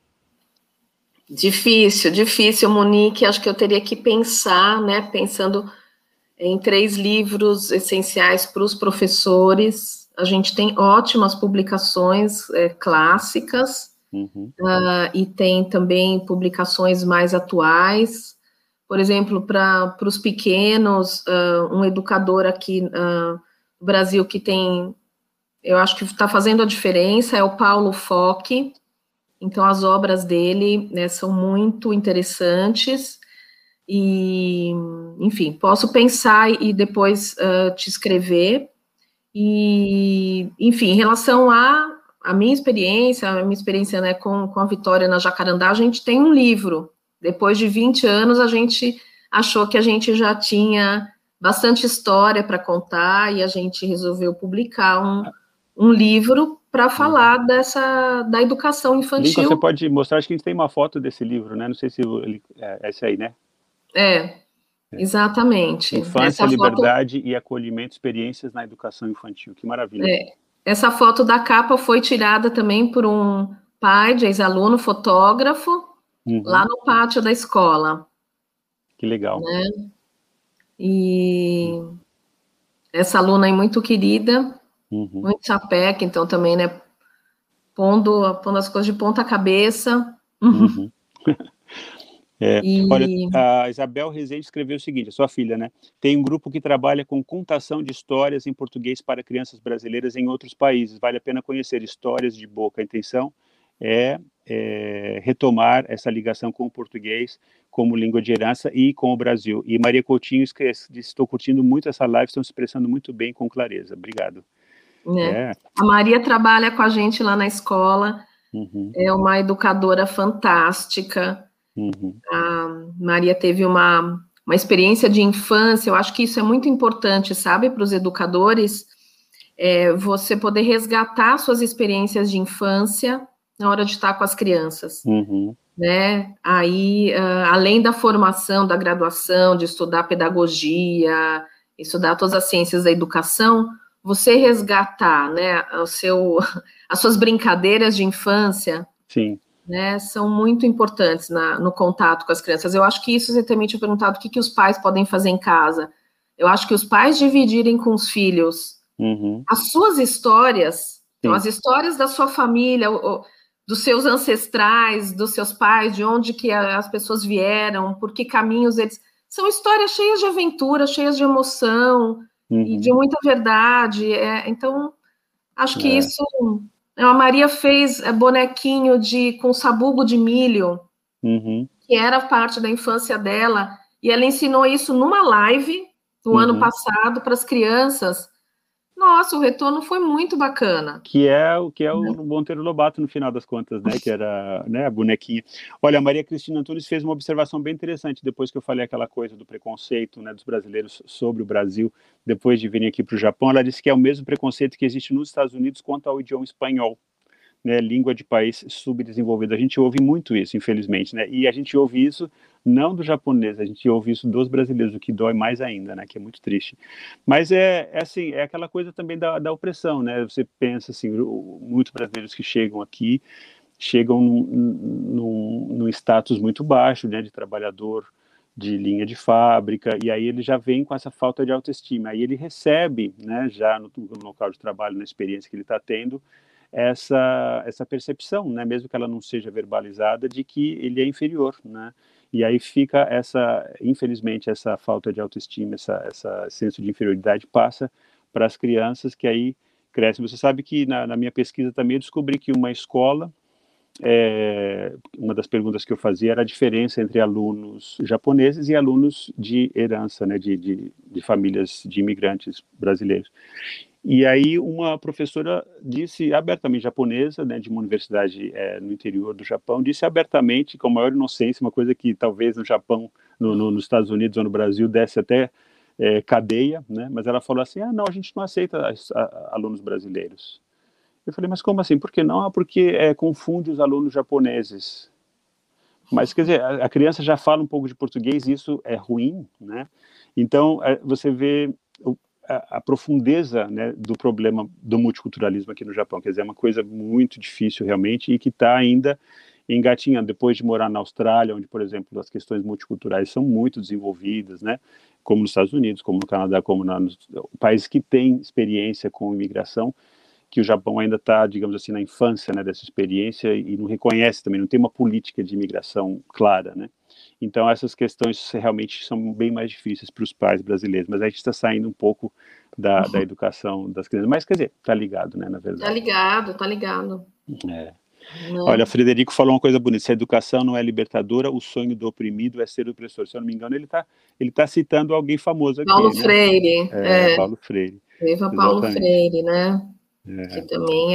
Difícil, Monique. Acho que eu teria que pensar, né? Pensando em 3 livros essenciais para os professores. A gente tem ótimas publicações clássicas, e tem também publicações mais atuais. Por exemplo, para os pequenos, um educador aqui no Brasil que tem, eu acho que está fazendo a diferença, é o Paulo Fock. Então, as obras dele, né, são muito interessantes. E, enfim, posso pensar e depois te escrever. E, enfim, em relação à minha experiência, né, com a Vitória na Jacarandá, a gente tem um livro. Depois de 20 anos, a gente achou que a gente já tinha bastante história para contar e a gente resolveu publicar um livro para falar da educação infantil. Lincoln, você pode mostrar, acho que a gente tem uma foto desse livro, né? Não sei se é esse aí, né? Exatamente. Infância, Liberdade e Acolhimento, Experiências na Educação Infantil. Que maravilha. Essa foto da capa foi tirada também por um pai de ex-aluno, fotógrafo, lá no pátio da escola. Que legal. Né? E essa aluna aí muito querida, muito sapeca, então também, né, pondo as coisas de ponta cabeça. Olha, a Isabel Rezende escreveu o seguinte, a sua filha, né? Tem um grupo que trabalha com contação de histórias em português para crianças brasileiras em outros países. Vale a pena conhecer histórias de boca. A intenção é retomar essa ligação com o português como língua de herança e com o Brasil. E Maria Coutinho disse: estou curtindo muito essa live, estão se expressando muito bem, com clareza. Obrigado. A Maria trabalha com a gente lá na escola, é uma educadora fantástica. A Maria teve uma experiência de infância, eu acho que isso é muito importante, sabe, para os educadores, você poder resgatar suas experiências de infância na hora de estar com as crianças, né? Aí, além da formação, da graduação, de estudar pedagogia, estudar todas as ciências da educação, você resgatar, né, as suas brincadeiras de infância, né, são muito importantes no contato com as crianças. Eu acho que isso você também tinha perguntado o que os pais podem fazer em casa. Eu acho que os pais dividirem com os filhos as suas histórias, então, as histórias da sua família, dos seus ancestrais, dos seus pais, de onde que as pessoas vieram, por que caminhos eles... São histórias cheias de aventura, cheias de emoção, e de muita verdade. Então, acho que isso... A Maria fez bonequinho com sabugo de milho, que era parte da infância dela, e ela ensinou isso numa live no ano passado para as crianças. Nossa, o retorno foi muito bacana. Que é o Monteiro Lobato, no final das contas, né? Que era, né, a bonequinha. Olha, a Maria Cristina Antunes fez uma observação bem interessante depois que eu falei aquela coisa do preconceito, né, dos brasileiros sobre o Brasil, depois de virem aqui para o Japão. Ela disse que é o mesmo preconceito que existe nos Estados Unidos quanto ao idioma espanhol, né, língua de país subdesenvolvido. A gente ouve muito isso, infelizmente, né? E a gente ouve isso não do japonês, a gente ouve isso dos brasileiros, o que dói mais ainda, né? Que é muito triste. Mas assim, é aquela coisa também da opressão, né? Você pensa assim, muitos brasileiros que chegam aqui chegam num status muito baixo, né, de trabalhador de linha de fábrica, e aí ele já vem com essa falta de autoestima. Aí ele recebe, né, já no local de trabalho, na experiência que ele está tendo, essa percepção, né, mesmo que ela não seja verbalizada, de que ele é inferior, né? E aí fica infelizmente, essa falta de autoestima, essa senso de inferioridade passa para as crianças que aí crescem. Você sabe que na minha pesquisa também eu descobri que uma escola, uma das perguntas que eu fazia era a diferença entre alunos japoneses e alunos de herança, né, de famílias de imigrantes brasileiros. E aí uma professora disse abertamente, japonesa, né, de uma universidade no interior do Japão, disse abertamente, com a maior inocência, uma coisa que talvez no Japão, nos Estados Unidos ou no Brasil desse até cadeia, né, mas ela falou assim, não, a gente não aceita alunos brasileiros. Eu falei, mas como assim? Por que não? Porque confunde os alunos japoneses. Mas, quer dizer, a criança já fala um pouco de português e isso é ruim, né? Então, você vê a profundeza, né, do problema do multiculturalismo aqui no Japão. Quer dizer, é uma coisa muito difícil realmente e que está ainda engatinhando. Depois de morar na Austrália, onde, por exemplo, as questões multiculturais são muito desenvolvidas, né? Como nos Estados Unidos, como no Canadá, como nos países que têm experiência com imigração, que o Japão ainda está, digamos assim, na infância, né, dessa experiência e não reconhece também, não tem uma política de imigração clara, né? Então, essas questões realmente são bem mais difíceis para os pais brasileiros, mas a gente está saindo um pouco da educação das crianças. Mas, quer dizer, está ligado, né, na verdade. Está ligado, está ligado. Olha, Frederico falou uma coisa bonita, se a educação não é libertadora, o sonho do oprimido é ser opressor. Se eu não me engano, ele tá citando alguém famoso aqui, Paulo né? Freire. Paulo Freire. Viva Paulo Freire, né? Que também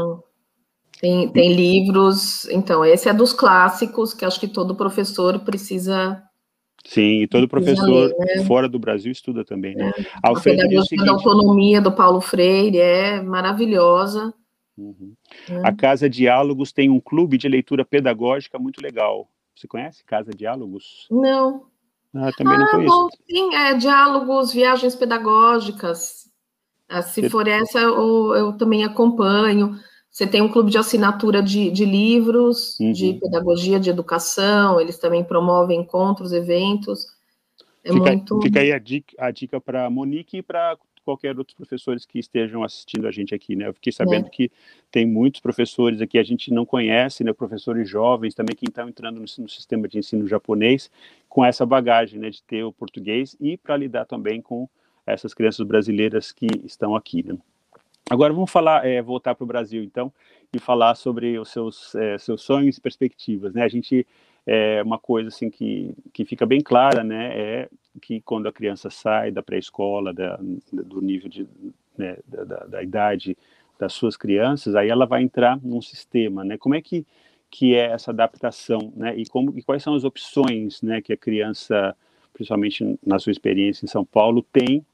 tem livros. Então, esse é dos clássicos que acho que todo professor precisa. Sim, e todo professor ler, né? Fora do Brasil estuda também, né? A pedagogia da autonomia do Paulo Freire é maravilhosa. Uhum. A Casa Diálogos tem um clube de leitura pedagógica muito legal. Você conhece Casa Diálogos? Não. Também não conheço. Bom, sim, diálogos, viagens pedagógicas. Se for essa, eu também acompanho. Você tem um clube de assinatura de livros, de pedagogia, de educação, eles também promovem encontros, eventos. Fica aí a dica para a Monique e para qualquer outros professores que estejam assistindo a gente aqui, né? Eu fiquei sabendo que tem muitos professores aqui, a gente não conhece, né? Professores jovens também que estão entrando no sistema de ensino japonês com essa bagagem, né? De ter o português e para lidar também com essas crianças brasileiras que estão aqui, né? Agora vamos falar, voltar para o Brasil, então, e falar sobre os seus sonhos e perspectivas, né? A gente, uma coisa assim que fica bem clara, né, é que quando a criança sai da pré-escola, do nível né, da idade das suas crianças, aí ela vai entrar num sistema, né? Como é que é essa adaptação, né? E quais são as opções, né, que a criança, principalmente na sua experiência em São Paulo, tem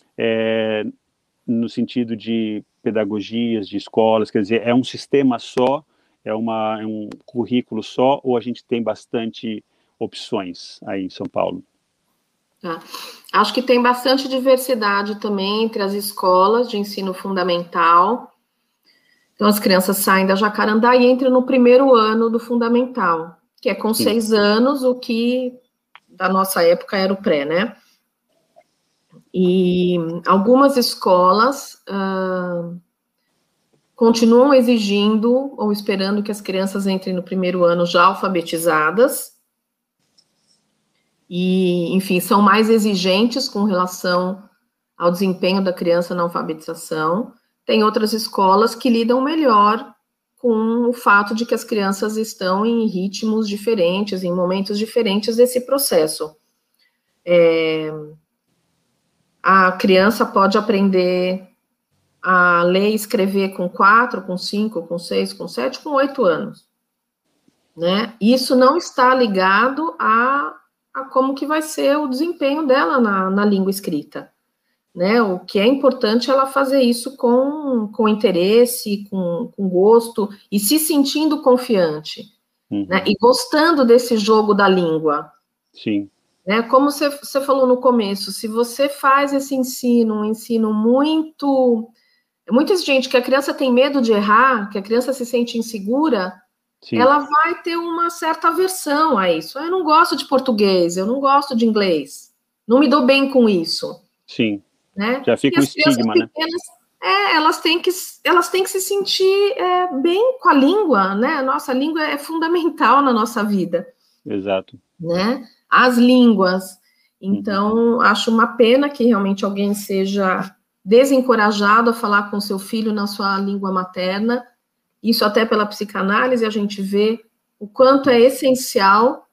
no sentido de pedagogias, de escolas, quer dizer, é um sistema só, é um currículo só, ou a gente tem bastante opções aí em São Paulo? Acho que tem bastante diversidade também entre as escolas de ensino fundamental. Então, as crianças saem da Jacarandá e entram no primeiro ano do fundamental, que é com 6 anos, o que da nossa época era o pré, né? E algumas escolas continuam exigindo ou esperando que as crianças entrem no primeiro ano já alfabetizadas. E, enfim, são mais exigentes com relação ao desempenho da criança na alfabetização. Tem outras escolas que lidam melhor com o fato de que as crianças estão em ritmos diferentes, em momentos diferentes desse processo. A criança pode aprender a ler e escrever com 4, com 5, com 6, com 7, com 8 anos. Né? Isso não está ligado a como que vai ser o desempenho dela na língua escrita. Né? O que é importante é ela fazer isso com interesse, com gosto, e se sentindo confiante. Né? E gostando desse jogo da língua. Sim. Né? Como você falou no começo, se você faz esse ensino, um ensino muito exigente, que a criança tem medo de errar, que a criança se sente insegura, Sim. ela vai ter uma certa aversão a isso. Eu não gosto de português, eu não gosto de inglês, não me dou bem com isso. Sim. Né? Já fica e o as crianças estigma, pequenas, elas têm que se sentir bem com a língua, né? A nossa língua é fundamental na nossa vida. Exato. Né? As línguas. Então, acho uma pena que realmente alguém seja desencorajado a falar com seu filho na sua língua materna. Isso até pela psicanálise a gente vê o quanto é essencial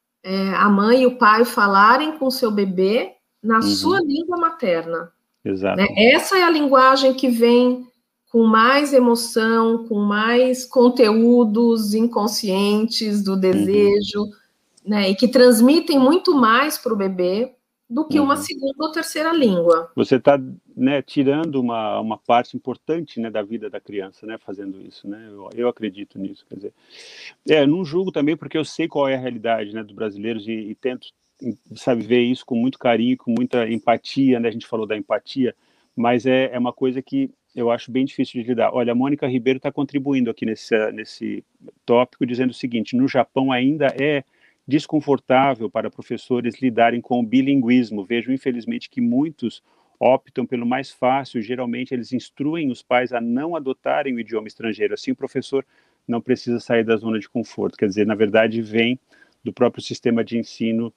a mãe e o pai falarem com seu bebê na sua língua materna. Exato. Né? Essa é a linguagem que vem com mais emoção, com mais conteúdos inconscientes do desejo, né? E que transmitem muito mais para o bebê do que uma segunda ou terceira língua. Você está, né, tirando uma parte importante, né, da vida da criança, né, fazendo isso, né? Eu acredito nisso, quer dizer, não julgo também porque eu sei qual é a realidade, né, dos brasileiros e tento, sabe, ver isso com muito carinho, com muita empatia, né? A gente falou da empatia, mas é uma coisa que eu acho bem difícil de lidar. Olha, a Mônica Ribeiro está contribuindo aqui nesse tópico, dizendo o seguinte: no Japão ainda é desconfortável para professores lidarem com o bilinguismo. Vejo, infelizmente, que muitos optam pelo mais fácil. Geralmente, eles instruem os pais a não adotarem o idioma estrangeiro. Assim, o professor não precisa sair da zona de conforto. Quer dizer, na verdade, vem do próprio sistema de ensino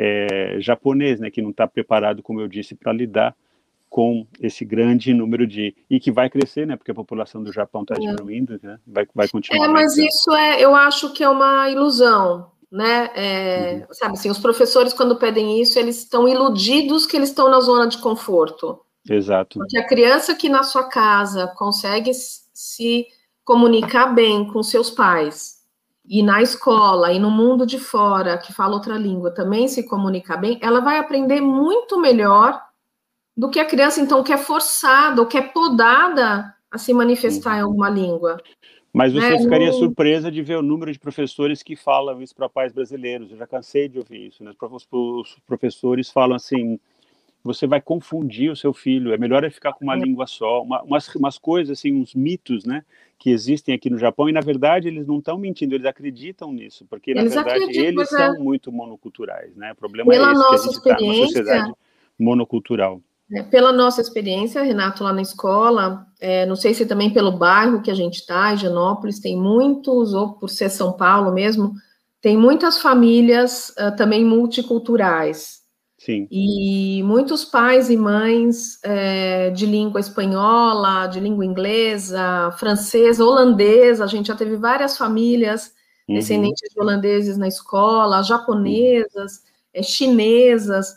japonês, né, que não está preparado, como eu disse, para lidar com esse grande número e que vai crescer, né, porque a população do Japão está diminuindo, né, vai continuar. Mas isso eu acho que é uma ilusão, né? Sabe assim, os professores, quando pedem isso, eles estão iludidos que eles estão na zona de conforto. Exato. Porque a criança que na sua casa consegue se comunicar bem com seus pais, e na escola, e no mundo de fora, que fala outra língua, também se comunicar bem, ela vai aprender muito melhor do que a criança, então, que é forçada ou que é podada a se manifestar em alguma língua. Mas você ficaria surpresa de ver o número de professores que falam isso para pais brasileiros. Eu já cansei de ouvir isso, né? Os professores falam assim: você vai confundir o seu filho, é melhor ele ficar com uma língua só. Umas coisas, assim, uns mitos, né, que existem aqui no Japão, e na verdade eles não estão mentindo, eles acreditam nisso, porque na verdade eles são muito monoculturais, né? O problema é esse, que a gente está numa sociedade monocultural. Pela nossa experiência, Renato, lá na escola, não sei se também pelo bairro que a gente está, Higienópolis, tem muitos, ou por ser São Paulo mesmo, tem muitas famílias também multiculturais. Sim. E muitos pais e mães de língua espanhola, de língua inglesa, francesa, holandesa. A gente já teve várias famílias descendentes de holandeses na escola, japonesas, chinesas.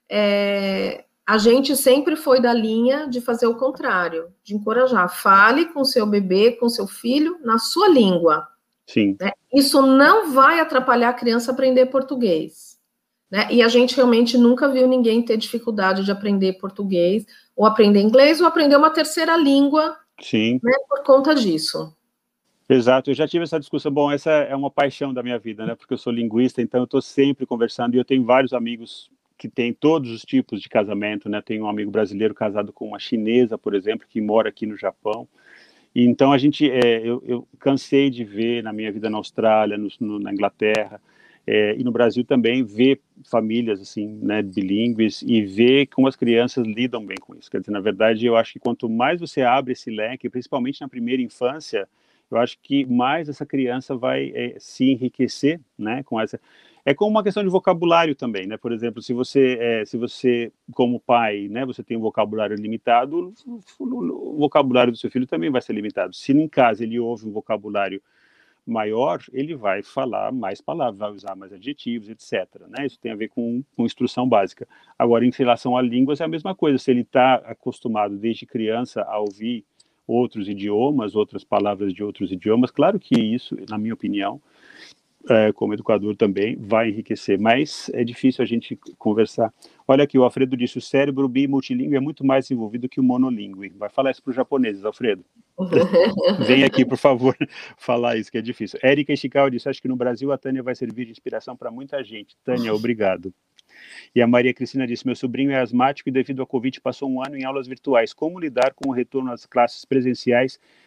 A gente sempre foi da linha de fazer o contrário, de encorajar. Fale com seu bebê, com seu filho, na sua língua. Sim. Né? Isso não vai atrapalhar a criança a aprender português. Né? E a gente realmente nunca viu ninguém ter dificuldade de aprender português, ou aprender inglês, ou aprender uma terceira língua. Sim. Né, por conta disso. Exato, eu já tive essa discussão. Bom, essa é uma paixão da minha vida, né? Porque eu sou linguista, então eu estou sempre conversando, e eu tenho vários amigos que têm todos os tipos de casamento, né? Tenho um amigo brasileiro casado com uma chinesa, por exemplo, que mora aqui no Japão. E então a gente, eu cansei de ver na minha vida na Austrália, na Inglaterra, e no Brasil também, ver famílias assim, né, bilíngues, e ver como as crianças lidam bem com isso. Quer dizer, na verdade, eu acho que quanto mais você abre esse leque, principalmente na primeira infância, eu acho que mais essa criança vai se enriquecer, né, com essa. É como uma questão de vocabulário também, né? Por exemplo, se você como pai, né, você tem um vocabulário limitado, o vocabulário do seu filho também vai ser limitado. Se em casa ele ouve um vocabulário maior, ele vai falar mais palavras, vai usar mais adjetivos, etc. Né? Isso tem a ver com instrução básica. Agora, em relação a línguas, é a mesma coisa. Se ele está acostumado desde criança a ouvir outros idiomas, outras palavras de outros idiomas, claro que isso, na minha opinião, como educador também, vai enriquecer, mas é difícil a gente conversar. Olha aqui, o Alfredo disse: o cérebro bimultilíngue é muito mais desenvolvido que o monolíngue. Vai falar isso para os japoneses, Alfredo. Vem aqui, por favor, falar isso, que é difícil. Érica Ishikawa disse: acho que no Brasil a Tânia vai servir de inspiração para muita gente. Tânia, obrigado. E a Maria Cristina disse: meu sobrinho é asmático e devido ao Covid passou um ano em aulas virtuais. Como lidar com o retorno às classes presenciais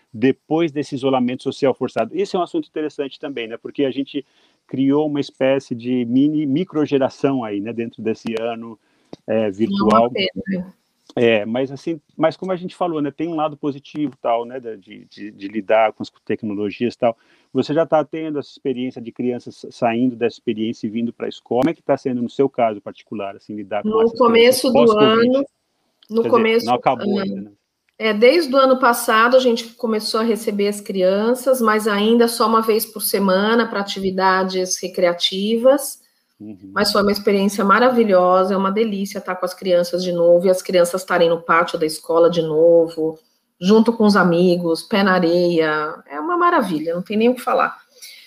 depois desse isolamento social forçado. Esse é um assunto interessante também, né? Porque a gente criou uma espécie de microgeração aí, né? Dentro desse ano virtual. Mas como a gente falou, né? Tem um lado positivo, tal, né? De lidar com as tecnologias, tal. Você já está tendo essa experiência de crianças saindo dessa experiência e vindo para a escola. Como é que está sendo no seu caso particular, assim, lidar com essas começo do ano, no começo, não acabou ainda, né? Desde o ano passado a gente começou a receber as crianças, mas ainda só uma vez por semana para atividades recreativas. Mas foi uma experiência maravilhosa, é uma delícia estar com as crianças de novo, e as crianças estarem no pátio da escola de novo, junto com os amigos, pé na areia, é uma maravilha, não tem nem o que falar.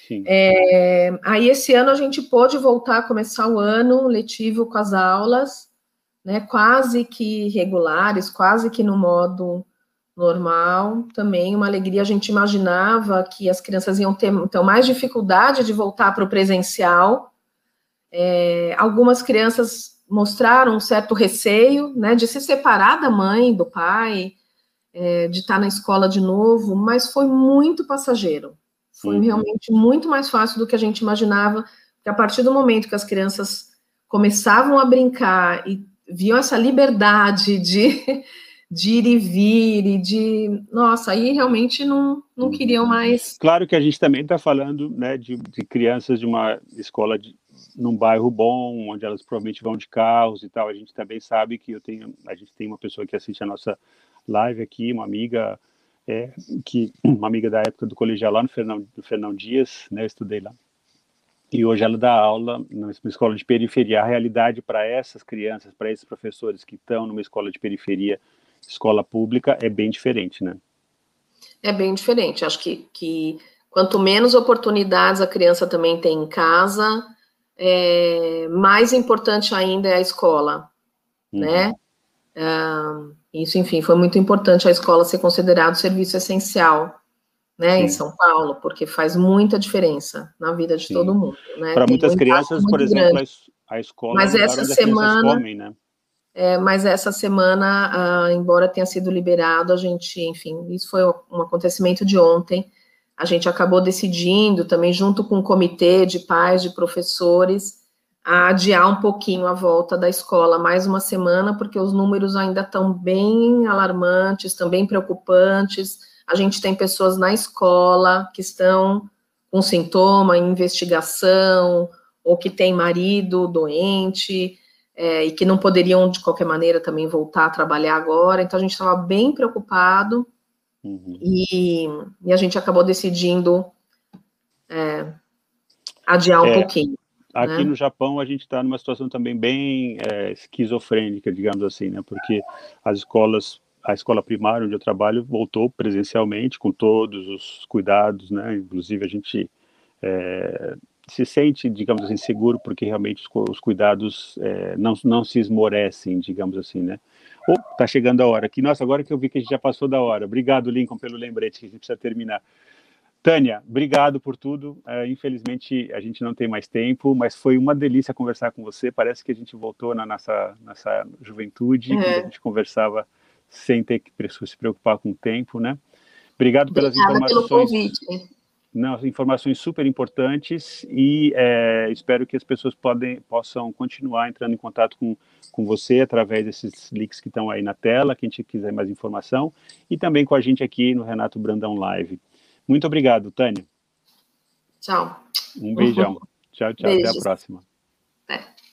Aí esse ano a gente pôde voltar a começar o ano letivo com as aulas, né, quase que regulares, quase que no modo normal, também uma alegria. A gente imaginava que as crianças iam ter então mais dificuldade de voltar para o presencial. Algumas crianças mostraram um certo receio, né, de se separar da mãe, do pai, de estar na escola de novo, mas foi muito passageiro. Foi realmente muito mais fácil do que a gente imaginava, porque a partir do momento que as crianças começavam a brincar e viam essa liberdade de ir e vir, e nossa, aí realmente não queriam mais. Claro que a gente também está falando, né, de crianças de uma escola num bairro bom, onde elas provavelmente vão de carros e tal. A gente também sabe que a gente tem uma pessoa que assiste a nossa live aqui, uma amiga uma amiga da época do colegial lá no Fernão Dias, né, eu estudei lá. E hoje ela dá aula numa escola de periferia. A realidade para essas crianças, para esses professores que estão numa escola de periferia, escola pública, é bem diferente, né? É bem diferente. Acho que quanto menos oportunidades a criança também tem em casa, mais importante ainda é a escola, né? Isso, enfim, foi muito importante a escola ser considerado serviço essencial, né, em São Paulo, porque faz muita diferença na vida de todo mundo, né? Para muitas crianças, por exemplo, a escola é o lugar onde as crianças comem, né? Mas essa semana, embora tenha sido liberado, a gente, enfim, isso foi um acontecimento de ontem, a gente acabou decidindo, também junto com o comitê de pais, de professores, a adiar um pouquinho a volta da escola, mais uma semana, porque os números ainda estão bem alarmantes, também preocupantes. A gente tem pessoas na escola que estão com sintoma, em investigação, ou que tem marido doente, e que não poderiam, de qualquer maneira, também voltar a trabalhar agora. Então, a gente estava bem preocupado, e a gente acabou decidindo adiar um pouquinho. Aqui no Japão, a gente está numa situação também bem esquizofrênica, digamos assim, né? Porque a escola primária onde eu trabalho voltou presencialmente, com todos os cuidados, né? Inclusive, a gente se sente, digamos assim, seguro, porque realmente os cuidados não se esmorecem, digamos assim, né? Tá chegando a hora aqui. Nossa, agora que eu vi que a gente já passou da hora. Obrigado, Lincoln, pelo lembrete, que a gente precisa terminar. Tânia, obrigado por tudo. Infelizmente, a gente não tem mais tempo, mas foi uma delícia conversar com você. Parece que a gente voltou na nossa juventude, quando a gente conversava sem ter que se preocupar com o tempo, né? Obrigado pelas informações. Pelo convite. Não, informações super importantes, e espero que as pessoas possam continuar entrando em contato com você através desses links que estão aí na tela, quem quiser mais informação, e também com a gente aqui no Renato Brandão Live. Muito obrigado, Tânia. Tchau. Um beijão. Tchau, tchau. Beijos. Até a próxima.